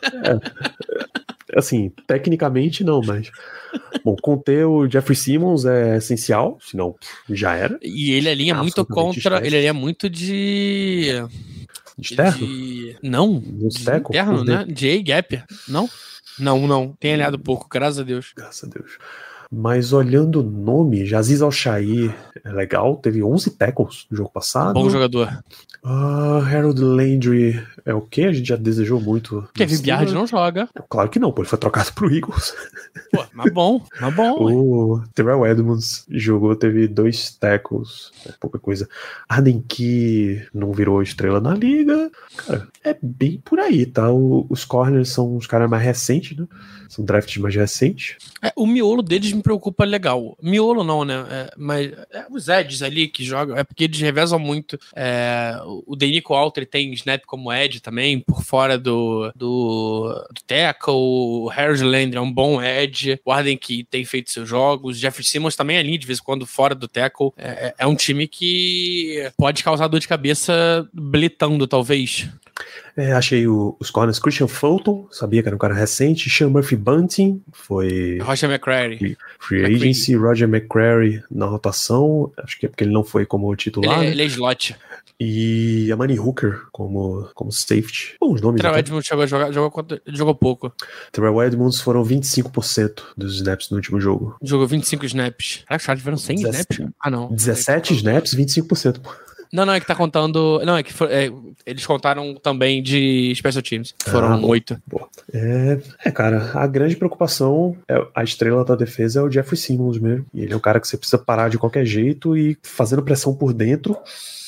Assim, tecnicamente não, mas... Bom, conter o Jeffrey Simmons é essencial, senão já era. E ele alinha muito contra... Ele alinha muito de... De terno? Não, de terno, né? De A-gap. Não. Tem alinhado pouco, graças a Deus. Graças a Deus. Mas olhando o nome, Azeez Al-Shaair é legal, teve 11 tackles no jogo passado. Bom jogador. Harold Landry é o quê? A gente já desejou muito. Kevin Byard não joga. Claro que não, pô, ele foi trocado pro Eagles. Pô, mas bom. O Terrell Edmonds jogou, teve 2 tackles, pouca coisa. Arden Key não virou estrela na liga. Cara, é bem por aí, tá? Os corners são os caras mais recentes, né? São drafts mais recentes. O miolo deles me preocupa legal. Miolo não, né? Mas os edges ali que jogam, é porque eles revezam muito. O Denico Alter tem snap como edge também, por fora do tackle. O Harold Landry é um bom edge. O Arden que tem feito seus jogos. Jeffrey Simmons também ali, de vez em quando, fora do tackle. É um time que pode causar dor de cabeça blitando, talvez. Achei os corners Christian Fulton, sabia que era um cara recente. Murphy Bunting, foi... Roger McCreary. Free Agency, Roger McCreary na rotação, acho que é porque ele não foi como titular. Ele é slot. E Amani Hooker como safety. Bons nomes. Terrell Edmonds chegou a jogar, jogou pouco. Terrell Edmonds foram 25% dos snaps no último jogo. Jogou 25 snaps. Caraca, os caras tiveram 100 snaps? Não. 17 snaps, 25%. Não, é que tá contando... Não, é que eles contaram também de Special Teams. Foram 8. Boa. Cara, a grande preocupação, a estrela da defesa é o Jeffrey Simmons mesmo. E ele é um cara que você precisa parar de qualquer jeito e fazendo pressão por dentro...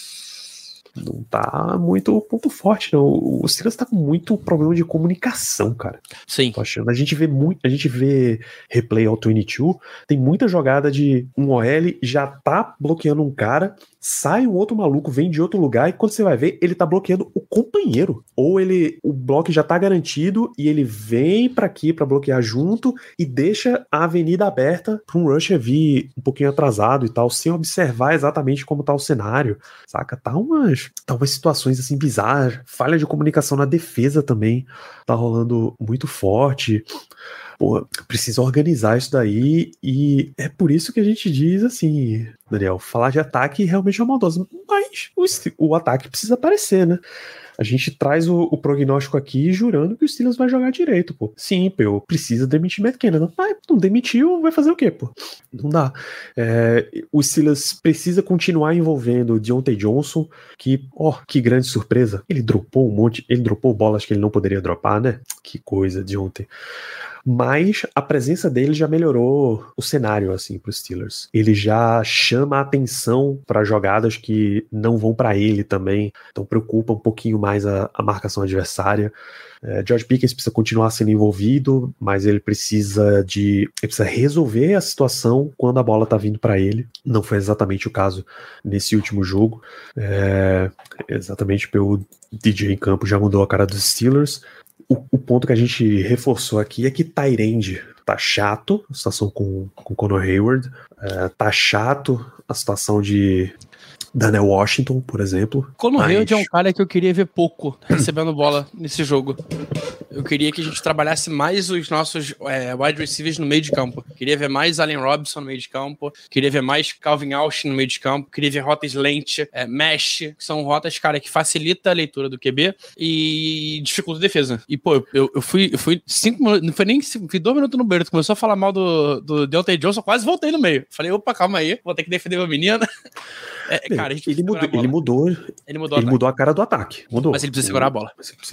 Não tá muito ponto forte, não. O Steelers tá com muito problema de comunicação, cara. Sim. Tô achando. A gente vê replay ao 22, tem muita jogada de um OL já tá bloqueando um cara, sai um outro maluco, vem de outro lugar e quando você vai ver, ele tá bloqueando o companheiro. Ou o bloco já tá garantido e ele vem pra aqui pra bloquear junto e deixa a avenida aberta pra um rusher vir um pouquinho atrasado e tal, sem observar exatamente como tá o cenário, saca? Tá umas situações assim bizarras, falha de comunicação na defesa também tá rolando muito forte. Pô, precisa organizar isso daí e é por isso que a gente diz assim, Daniel, falar de ataque realmente é maldoso, mas o ataque precisa aparecer, né? A gente traz o prognóstico aqui jurando que o Steelers vai jogar direito, pô. Sim, pô, precisa demitir Matt Canada. Mas não demitiu, vai fazer o quê, pô? Não dá. O Steelers precisa continuar envolvendo o Deontay Johnson, que grande surpresa. Ele dropou bolas que ele não poderia dropar, né? Que coisa, Deontay. Mas a presença dele já melhorou o cenário, assim, para os Steelers. Ele já chama a atenção para jogadas que não vão para ele também, então preocupa um pouquinho mais a marcação adversária. George Pickens precisa continuar sendo envolvido, mas ele precisa resolver a situação quando a bola tá vindo para ele. Não foi exatamente o caso nesse último jogo. Exatamente pelo DJ em campo já mudou a cara dos Steelers. o ponto que a gente reforçou aqui é que Tyrande tá chato, a situação com Conor Hayward, tá chato a situação de Daniel Washington, por exemplo. Conor Hayward é um cara que eu queria ver pouco recebendo bola nesse jogo. Eu queria que a gente trabalhasse mais os nossos wide receivers no meio de campo. Queria ver mais Allen Robinson no meio de campo. Queria ver mais Calvin Austin no meio de campo. Queria ver rotas lente, mesh, que são rotas, cara, que facilita a leitura do QB e dificulta a defesa. E, pô, eu fui 5 minutos, não foi nem 5, fui 2 minutos no banheiro. Começou a falar mal do Deontay Johnson, quase voltei no meio. Falei, opa, calma aí, vou ter que defender meu menino. Cara, ele mudou a cara do ataque. Mudou. Mas ele precisa segurar a bola.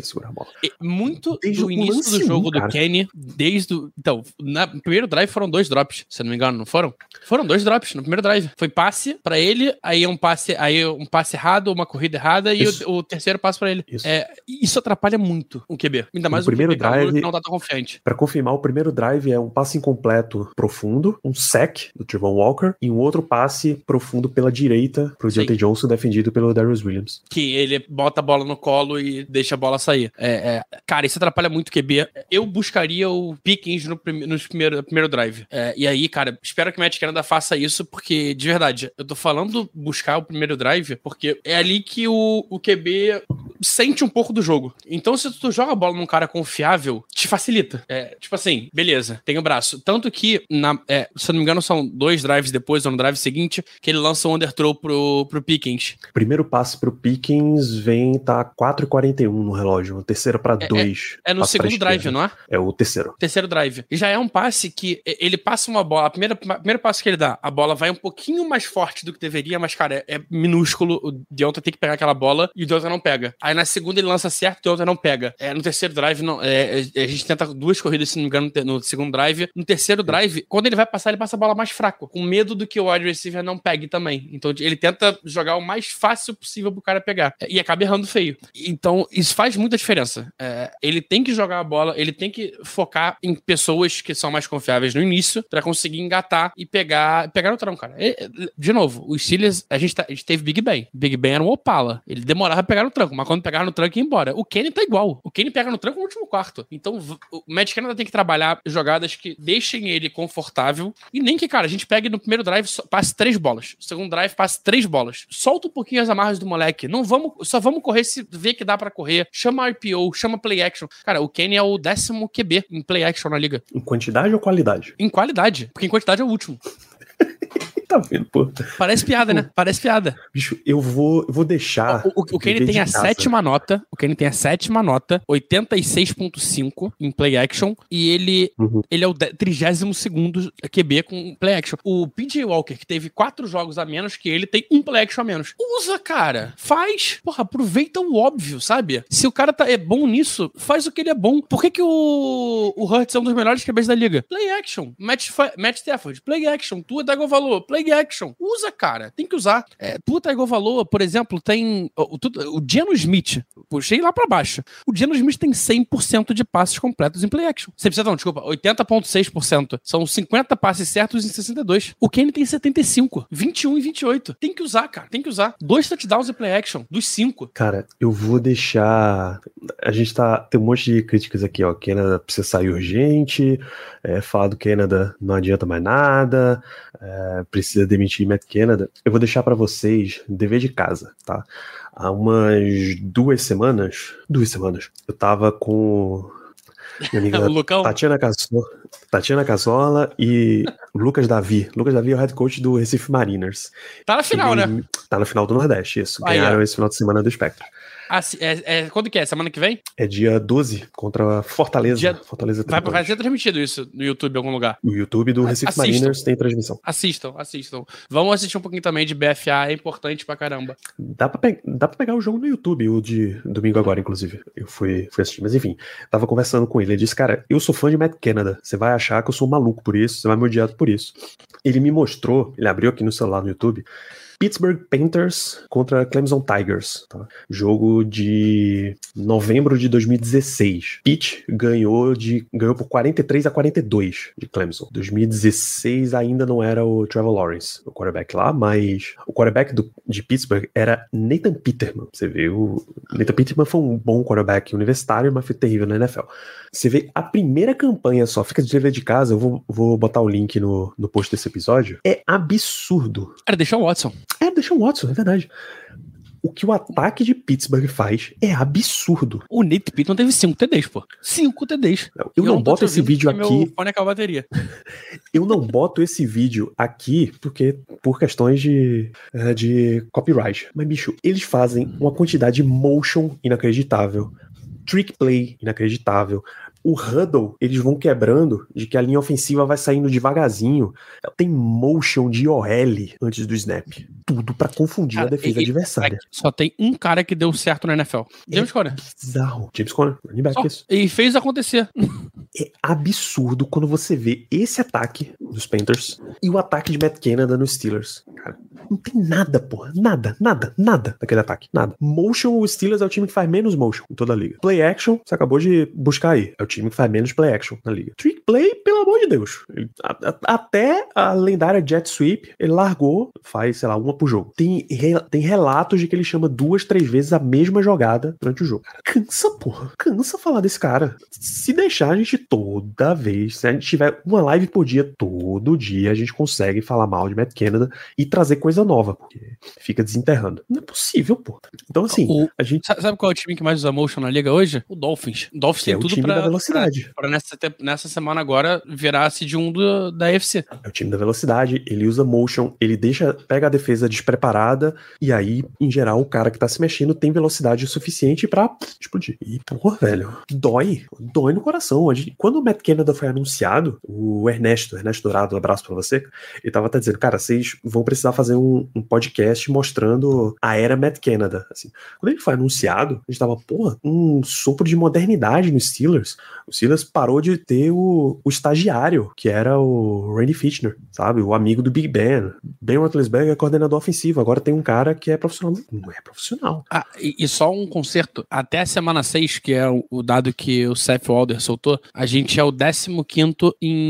Muito desde do início do jogo do Kenny, então, no primeiro drive foram 2 drops, se eu não me engano, não foram? Foram 2 drops no primeiro drive. Foi passe pra ele, aí um passe errado, uma corrida errada e o terceiro passe pra ele. Isso atrapalha muito o QB. Ainda mais o primeiro drive que não tá tão confiante. Pra confirmar, o primeiro drive é um passe incompleto profundo, um sack do Trevon Walker e um outro passe profundo pela direita pro Deontay Johnson, defendido pelo Darius Williams. Que ele bota a bola no colo e deixa a bola sair. Cara, isso atrapalha muito o QB. Eu buscaria o Pickens no primeiro drive. E aí, cara, espero que o Matt Canada faça isso, porque, de verdade, eu tô falando buscar o primeiro drive, porque é ali que o QB sente um pouco do jogo. Então, se tu joga a bola num cara confiável, te facilita. Tipo assim, beleza, tem o braço. Tanto que, se eu não me engano, são 2 drives depois, ou no drive seguinte, que ele lança um underthrow pro Pickens. Primeiro passe pro Pickens tá 4:41 no relógio, o terceiro pra 2. No segundo drive, não é? É o terceiro. Terceiro drive. E já é um passe que ele passa uma bola, primeiro passe que ele dá, a bola vai um pouquinho mais forte do que deveria, mas, cara, é minúsculo, o Deontay tem que pegar aquela bola e o Deontay não pega. Aí na segunda ele lança certo, o Deontay não pega. No terceiro drive, a gente tenta 2 corridas, se não me engano, no segundo drive. No terceiro drive, quando ele vai passar, ele passa a bola mais fraco, com medo do que o wide receiver não pegue também. Então ele tenta jogar o mais fácil possível pro cara pegar. E acaba errando feio. Então, isso faz muita diferença. Ele tem que jogar a bola, ele tem que focar em pessoas que são mais confiáveis no início pra conseguir engatar e pegar no tronco, cara. De novo, os Steelers, a gente teve Big Ben. Big Ben era um Opala. Ele demorava a pegar no tranco, mas quando pegava no tranco ia embora. O Kenny tá igual. O Kenny pega no tranco no último quarto. Então, o Matt Canada tem que trabalhar jogadas que deixem ele confortável e nem que, cara, a gente pegue no primeiro drive, passe 3 bolas. No segundo drive, passe 3 bolas. Solta um pouquinho as amarras do moleque. Só vamos correr se vê que dá pra correr. Chama RPO, chama play action. Cara, o Kenny é o 10º QB em play action na liga. Em quantidade ou qualidade? Em qualidade, porque em quantidade é o último. Tá vendo, pô? Parece piada, né? Parece piada. Bicho, eu vou deixar... O Kenny tem a 7ª nota. O Kenny tem a 7ª nota, 86.5 em play action, e ele é o 32º QB com play action. O PJ Walker, que teve 4 jogos a menos que ele, tem 1 play action a menos. Usa, cara. Faz. Porra, aproveita o óbvio, sabe? Se o cara é bom nisso, faz o que ele é bom. Por que o Hurts é um dos melhores QBs da liga? Play action. Matt Stafford, play action. Tua Tagovailoa, play action. Usa, cara. Tem que usar. Tua Tagovailoa, por exemplo, tem o Geno Smith. Puxei lá pra baixo. O Geno Smith tem 100% de passes completos em play action. 100% não, desculpa. 80.6%. São 50 passes certos em 62. O Kenny tem 75. 21 e 28. Tem que usar, cara. Tem que usar. 2 touchdowns em play action. Dos 5. Cara, eu vou deixar... A gente tem um monte de críticas aqui, ó. Canada precisa sair urgente. Falar do Canada não adianta mais nada. Precisa demitir Matt Canada. Eu vou deixar pra vocês dever de casa, tá? Há umas 2 semanas, eu tava com minha amiga Tatiana Casola e Lucas Davi. Lucas Davi é o head coach do Recife Mariners. Tá na final, né? Tá na final do Nordeste, isso. Ganharam esse final de semana do Spectre. Quando que é? Semana que vem? É dia 12, contra Fortaleza. Fortaleza vai ser transmitido isso no YouTube em algum lugar. O YouTube do Recife Mariners tem transmissão. Assistam. Vamos assistir um pouquinho também de BFA, é importante pra caramba. Dá pra pegar o jogo no YouTube, o de domingo agora, inclusive. Eu fui assistir, mas enfim, tava conversando com ele. Ele disse, cara, eu sou fã de Matt Canada. Você vai achar que eu sou maluco por isso, você vai me odiar por isso. Ele me mostrou, ele abriu aqui no celular no YouTube, Pittsburgh Panthers contra Clemson Tigers. Tá? Jogo de novembro de 2016. Pitt ganhou por 43-42 de Clemson. 2016 ainda não era o Trevor Lawrence, o quarterback lá, mas o quarterback de Pittsburgh era Nathan Peterman. Você vê, o Nathan Peterman foi um bom quarterback universitário, mas foi terrível na NFL. Você vê a primeira campanha só, fica de dever de casa, eu vou botar o link no post desse episódio. É absurdo. Era Deshaun Watson. É verdade. O que o ataque de Pittsburgh faz é absurdo. O Nate Pittman teve 5 TDs, pô. 5 TDs. Eu não boto esse vídeo aqui. Meu fone acabou a bateria. Eu não boto esse vídeo aqui por questões de copyright. Mas, bicho, eles fazem uma quantidade de motion inacreditável. Trick play inacreditável. O huddle, eles vão quebrando de que a linha ofensiva vai saindo devagarzinho. Tem motion de OL antes do snap. Tudo pra confundir a defesa adversária. Só tem um cara que deu certo na NFL. James Conner. Bizarro. James Conner, running back, isso. E fez acontecer. É absurdo quando você vê esse ataque dos Panthers e o ataque de Matt Canada nos Steelers. Cara, não tem nada, porra. Nada naquele ataque. Nada. Motion, o Steelers é o time que faz menos motion em toda a liga. Play action, você acabou de buscar aí. É o time que faz menos play action na liga. Trick play, pelo amor de Deus. Até a lendária jet sweep, ele largou, faz, sei lá, uma por jogo. Tem relatos de que ele chama 2-3 vezes a mesma jogada durante o jogo. Cara, cansa, porra. Cansa falar desse cara. Se deixar, a gente toda vez, se a gente tiver uma live por dia, todo dia, a gente consegue falar mal de Matt Canada e trazer coisa nova, porque fica desenterrando. Não é possível, porra. Então, assim, a gente... Sabe qual é o time que mais usa motion na liga hoje? O Dolphins. O Dolphins tem tudo o time da velocidade. Pra nessa semana agora virar seed 1 da AFC. É o time da velocidade, ele usa motion, ele pega a defesa despreparada e aí, em geral, o cara que tá se mexendo tem velocidade suficiente pra explodir. E, porra, velho, dói no coração. Quando o Matt Canada foi anunciado, o Ernesto Dourado, um abraço pra você, ele tava até dizendo, cara, vocês vão precisar fazer um podcast mostrando a era Matt Canada, assim. Quando ele foi anunciado, a gente tava, porra, um sopro de modernidade no Steelers. O Steelers parou de ter o estagiário, que era o Randy Fitchner, sabe? O amigo do Big Ben. Ben Roethlisberger é coordenador ofensivo, agora tem um cara que é profissional. Não é profissional. E só um conserto, até a semana 6, que é o dado que o Seth Walder soltou, a gente é o 15º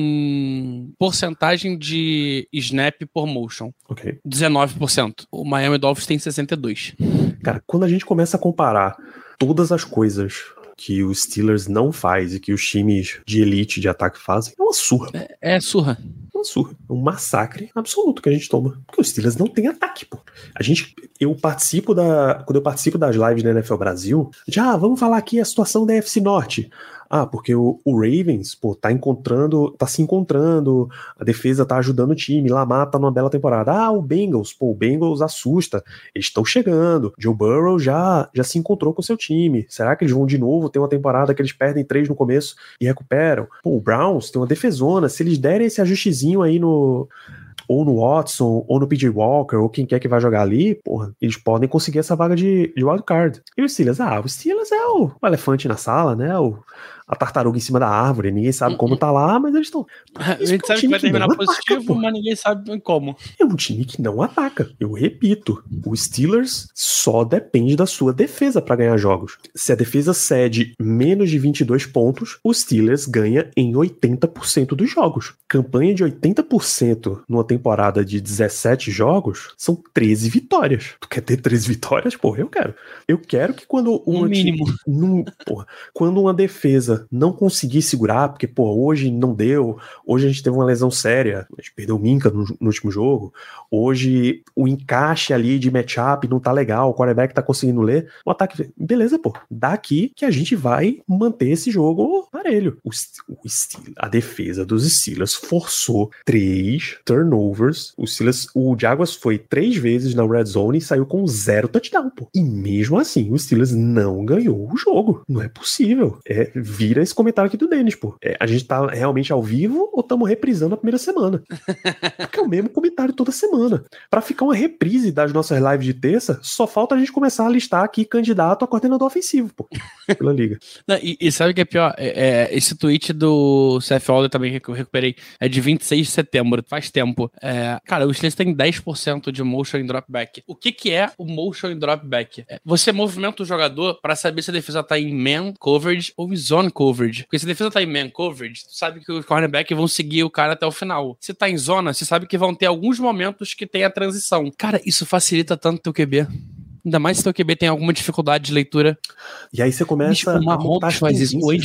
em porcentagem de snap por motion. Ok. 19%. O Miami Dolphins tem 62%. Cara, quando a gente começa a comparar todas as coisas que os Steelers não faz e que os times de elite de ataque fazem, é uma surra. É surra. É uma surra. É um massacre absoluto que a gente toma. Porque os Steelers não tem ataque, pô. Quando eu participo das lives da NFL Brasil, vamos falar aqui a situação da NFC Norte. Porque o Ravens, pô, tá se encontrando, a defesa tá ajudando o time, Lamar tá numa bela temporada. O Bengals assusta, eles estão chegando, Joe Burrow já se encontrou com o seu time, será que eles vão de novo ter uma temporada que eles perdem 3 no começo e recuperam? O Browns tem uma defesona, se eles derem esse ajustezinho aí ou no Watson, ou no PJ Walker, ou quem quer que vai jogar ali, porra, eles podem conseguir essa vaga de wildcard. E os Steelers? O Steelers é o elefante na sala, né? A tartaruga em cima da árvore, ninguém sabe como tá lá, mas eles estão... A gente sabe que vai terminar positivo, mas ninguém sabe como. É um time que não ataca. Eu repito, o Steelers só depende da sua defesa pra ganhar jogos. Se a defesa cede menos de 22 pontos, o Steelers ganha em 80% dos jogos. Campanha de 80% numa temporada de 17 jogos são 13 vitórias. Tu quer ter 13 vitórias? Porra, eu quero. Eu quero que quando quando uma defesa não conseguir segurar, porque, hoje não deu, hoje a gente teve uma lesão séria, a gente perdeu o Minka no último jogo, hoje o encaixe ali de matchup não tá legal, o quarterback tá conseguindo ler, o ataque, beleza, daqui que a gente vai manter esse jogo parelho. A defesa dos Steelers forçou 3 turnovers, o Jaguars foi 3 vezes na red zone e saiu com 0 touchdown, e mesmo assim o Steelers não ganhou o jogo, não é possível. Vira esse comentário aqui do Denis, a gente tá realmente ao vivo ou estamos reprisando a primeira semana? Porque é o mesmo comentário toda semana. Pra ficar uma reprise das nossas lives de terça, só falta a gente começar a listar aqui candidato a coordenador ofensivo, pela liga. Não, e sabe o que é pior? Esse tweet do Seth Walder também que eu recuperei é de 26 de setembro, faz tempo. Cara, o Steelers tem 10% de motion em dropback. O que é o motion em dropback? Você movimenta o jogador pra saber se a defesa tá em man coverage ou em zone coverage. Porque se a defesa tá em man coverage, tu sabe que os cornerbacks vão seguir o cara até o final. Se tá em zona, você sabe que vão ter alguns momentos que tem a transição. Cara, isso facilita tanto teu QB. Ainda mais se teu QB tem alguma dificuldade de leitura. E aí você começa a Mahomes faz isso. O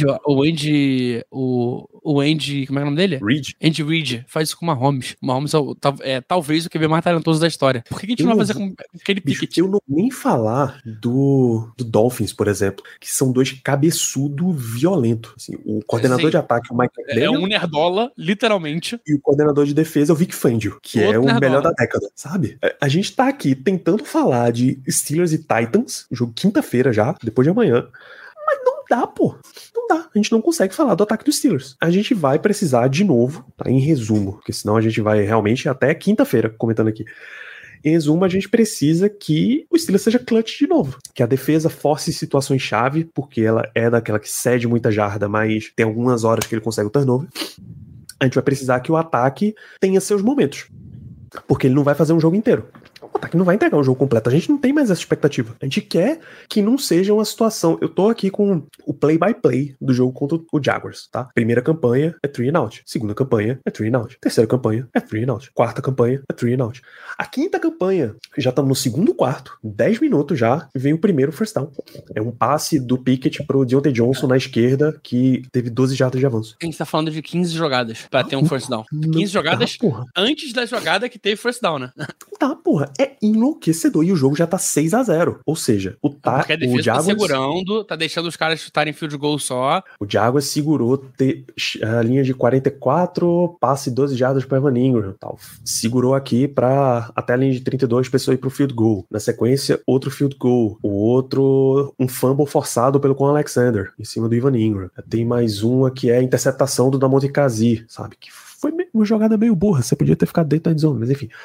Andy, como é o nome dele? Andy Reid faz isso com o Mahomes. O Mahomes é talvez o QB mais talentoso da história. Por que a gente não vai fazer com aquele Pickett? Eu não nem falar do Dolphins, por exemplo, que são dois cabeçudo violento. Assim, o coordenador de ataque, o Mike McDaniel, é um nerdola, literalmente. E o coordenador de defesa é o Vic Fangio, que é o melhor da década, sabe? A gente tá aqui tentando falar de Steelers e Titans, jogo quinta-feira já, depois de amanhã, mas não dá, pô. Não dá. A gente não consegue falar do ataque dos Steelers. A gente vai precisar de novo, tá? Em resumo, porque senão a gente vai realmente até quinta-feira comentando aqui. Em resumo, a gente precisa que o Steelers seja clutch de novo. Que a defesa force situações-chave, porque ela é daquela que cede muita jarda, mas tem algumas horas que ele consegue o turnover. A gente vai precisar que o ataque tenha seus momentos. Porque ele não vai fazer um jogo inteiro. O ataque não vai entregar um jogo completo. A gente não tem mais essa expectativa. A gente quer que não seja uma situação... Eu tô aqui com o play-by-play do jogo contra o Jaguars, tá? Primeira campanha é 3-and-out. Segunda campanha é 3-and-out. Terceira campanha é 3-and-out. Quarta campanha é 3-and-out. A quinta campanha, já estamos no segundo quarto, 10 minutos já, vem o primeiro first down. É um passe do Pickett pro Deontay Johnson na esquerda, que teve 12 jardas de avanço. A gente tá falando de 15 jogadas pra ter um first down. 15 jogadas antes da jogada que teve first down, né? Tá, porra. É enlouquecedor. E o jogo já tá 6-0. Ou seja, porque a defesa Jaguars tá segurando, tá deixando os caras chutarem field goal só. O Jaguars segurou a linha de 44, passe 12 jardas pro Evan Ingram. Tal. Segurou aqui pra até a linha de 32, pessoa ir pro field goal. Na sequência, outro field goal. O outro, um fumble forçado pelo Con Alexander, em cima do Evan Ingram. Tem mais uma que é a interceptação do Damontae Kazee, sabe? Que foi uma jogada meio burra, você podia ter ficado dentro da zone, mas enfim.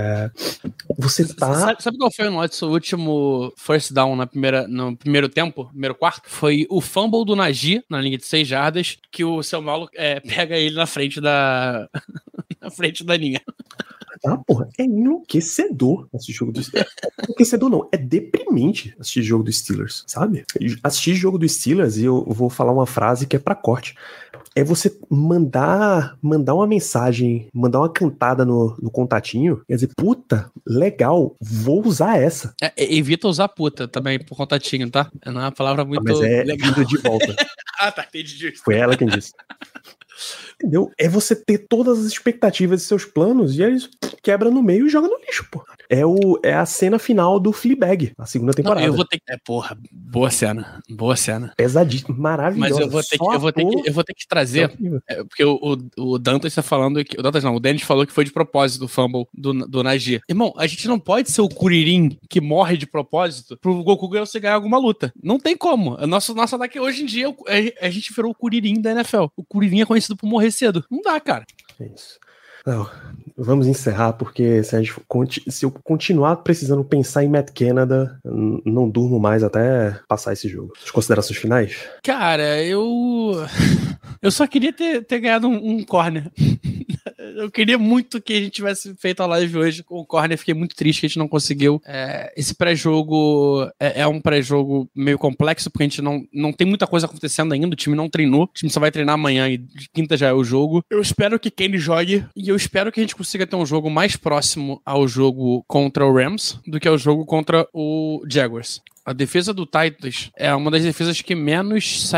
Você tá... Sabe qual foi o nosso último first down no primeiro tempo, primeiro quarto? Foi o fumble do Najee, na linha de 6 jardas, que o São Paulo pega ele na frente da linha. Ah, porra, é enlouquecedor assistir jogo do Steelers. Enlouquecedor não, é deprimente assistir jogo do Steelers, sabe? Assistir jogo do Steelers, e eu vou falar uma frase que é pra corte, é você mandar uma mensagem, mandar uma cantada no contatinho, quer dizer, puta, legal, vou usar essa. Evita usar puta também pro contatinho, tá? Não é uma palavra muito mas legal. Indo de volta. Tá, entendi. Foi ela quem disse. Entendeu? É você ter todas as expectativas de seus planos e eles quebra no meio e joga no lixo, pô. É a cena final do Fleabag, a segunda temporada. Eu vou ter que... porra, boa cena. Pesadíssimo, maravilhoso. Mas eu vou ter que trazer, porque o Dantas tá falando que... O Dennis falou que foi de propósito o fumble do Najee. Irmão, a gente não pode ser o Kuririn que morre de propósito pro Goku ganhar alguma luta. Não tem como. Nosso ataque hoje em dia, a gente virou o Kuririn da NFL. O Kuririn é conhecido por morrer cedo. Não dá, cara. É isso. Não, vamos encerrar, porque se eu continuar precisando pensar em Matt Canada, não durmo mais até passar esse jogo. As considerações finais? Cara, eu só queria ter ganhado um corner. Eu queria muito que a gente tivesse feito a live hoje com o corner. Fiquei muito triste que a gente não conseguiu. Esse pré-jogo é um pré-jogo meio complexo, porque a gente não tem muita coisa acontecendo ainda. O time não treinou. O time só vai treinar amanhã e de quinta já é o jogo. Eu espero que Kenny jogue e eu espero que a gente consiga ter um jogo mais próximo ao jogo contra o Rams do que ao jogo contra o Jaguars. A defesa do Titans é uma das defesas que menos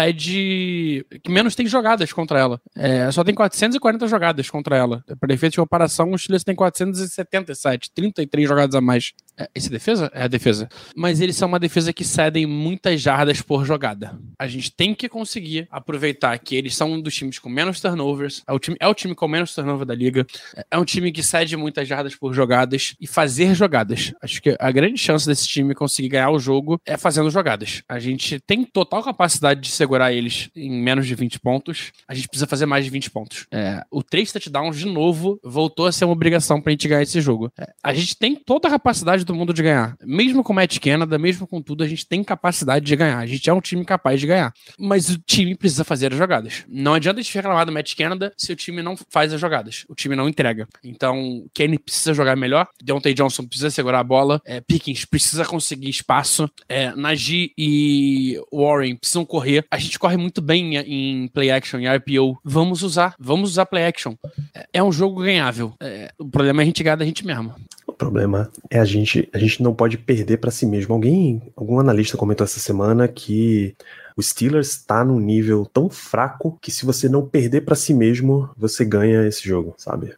tem jogadas contra ela. Só tem 440 jogadas contra ela. Para defesa de comparação, os Steelers têm 477, 33 jogadas a mais. Essa defesa? É a defesa. Mas eles são uma defesa que cedem muitas jardas por jogada. A gente tem que conseguir aproveitar que eles são um dos times com menos turnovers. É o time com menos turnover da liga. É um time que cede muitas jardas por jogadas e fazer jogadas. Acho que a grande chance desse time conseguir ganhar o jogo é fazendo jogadas. A gente tem total capacidade de segurar eles em menos de 20 pontos. A gente precisa fazer mais de 20 pontos. O 3 touchdowns, de novo, voltou a ser uma obrigação pra gente ganhar esse jogo. A gente tem toda a capacidade capacidade do mundo de ganhar. Mesmo com o Matt Canada, mesmo com tudo, a gente tem capacidade de ganhar. A gente é um time capaz de ganhar. Mas o time precisa fazer as jogadas. Não adianta a gente reclamar do Matt Canada se o time não faz as jogadas. O time não entrega. Então, Kenny precisa jogar melhor. Deontay Johnson precisa segurar a bola. Pickens precisa conseguir espaço. Najee e Warren precisam correr. A gente corre muito bem em play action e RPO. Vamos usar play action. É um jogo ganhável. O problema é a gente ganhar da gente mesmo. O problema é a gente não pode perder pra si mesmo. Algum analista comentou essa semana que o Steelers tá num nível tão fraco que se você não perder pra si mesmo, você ganha esse jogo, sabe?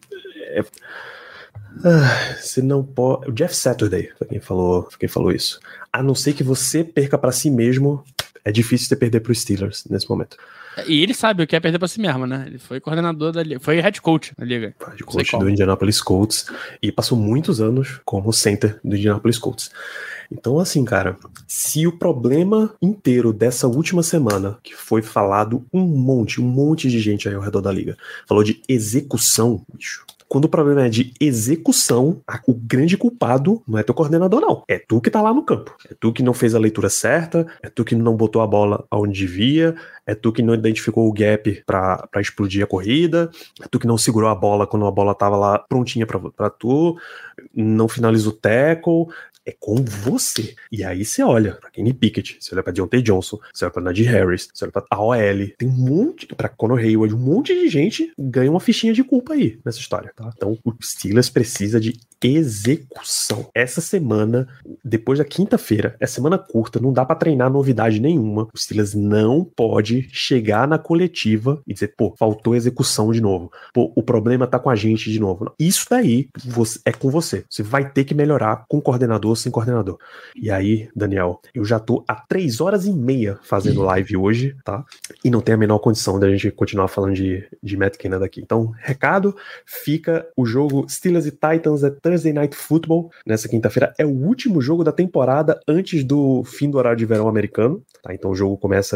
Você não pode... O Jeff Saturday foi quem falou isso. A não ser que você perca pra si mesmo, é difícil você perder pro Steelers nesse momento. E ele sabe o que é perder pra si mesmo, né? Ele foi coordenador da liga, foi head coach da liga. Head coach do Indianapolis Colts e passou muitos anos como center do Indianapolis Colts. Então, assim, cara, se o problema inteiro dessa última semana, que foi falado um monte de gente aí ao redor da liga, falou de execução, bicho. Quando o problema é de execução, o grande culpado não é teu coordenador, não. É tu que tá lá no campo. É tu que não fez a leitura certa, é tu que não botou a bola onde devia, é tu que não identificou o gap pra explodir a corrida, é tu que não segurou a bola quando a bola tava lá prontinha pra tu, não finaliza o tackle. É com você. E aí você olha pra Kenny Pickett, você olha pra Deontay Johnson, você olha pra Najee Harris, você olha pra AOL, tem um monte, pra Conor Hayward, um monte de gente ganha uma fichinha de culpa aí nessa história, tá? Então o Steelers precisa de execução. Essa semana, depois da quinta-feira, é semana curta, não dá pra treinar novidade nenhuma. O Steelers não pode chegar na coletiva e dizer, pô, faltou execução de novo. Pô, o problema tá com a gente de novo. Isso daí é com você. Você vai ter que melhorar com coordenador, sem coordenador. E aí, Daniel, eu já tô há 3h30 fazendo live hoje, tá? E não tem a menor condição da gente continuar falando de Matt Canada aqui. Então, recado, fica o jogo Steelers e Titans Thursday Night Football. Nessa quinta-feira é o último jogo da temporada antes do fim do horário de verão americano, tá? Então o jogo começa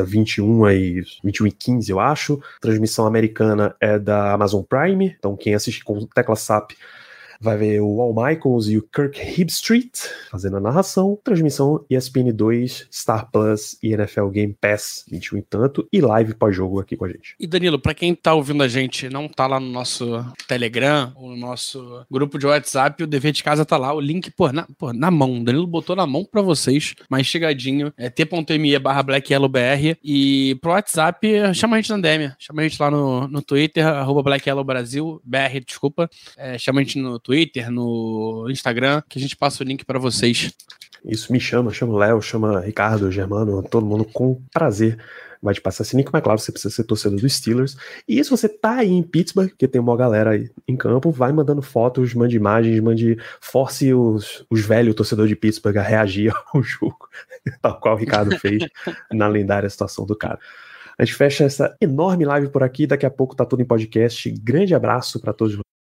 21h15, eu acho. Transmissão americana é da Amazon Prime, então quem assiste com tecla SAP vai ver o Al Michaels e o Kirk Herbstreit fazendo a narração. Transmissão ESPN2, Star Plus e NFL Game Pass 21 e tanto. E live pós-jogo aqui com a gente. E Danilo, pra quem tá ouvindo a gente, não tá lá no nosso Telegram ou no nosso grupo de WhatsApp, o dever de casa tá lá. O link, na mão. O Danilo botou na mão pra vocês, mais chegadinho. É t.me/BlackYellowBR. E pro WhatsApp, chama a gente na DM. Chama a gente lá no Twitter, @BlackYellowBrasil, BR, desculpa. Chama a gente no Twitter, no Instagram, que a gente passa o link pra vocês. Isso, me chama o Léo, chama Ricardo, Germano, todo mundo com prazer vai te passar esse link, mas claro, você precisa ser torcedor dos Steelers. E se você tá aí em Pittsburgh, que tem uma galera aí em campo, vai mandando fotos, mande imagens, force os velhos torcedores de Pittsburgh a reagir ao jogo, tal qual o Ricardo fez na lendária situação do cara. A gente fecha essa enorme live por aqui, daqui a pouco tá tudo em podcast. Grande abraço pra todos vocês.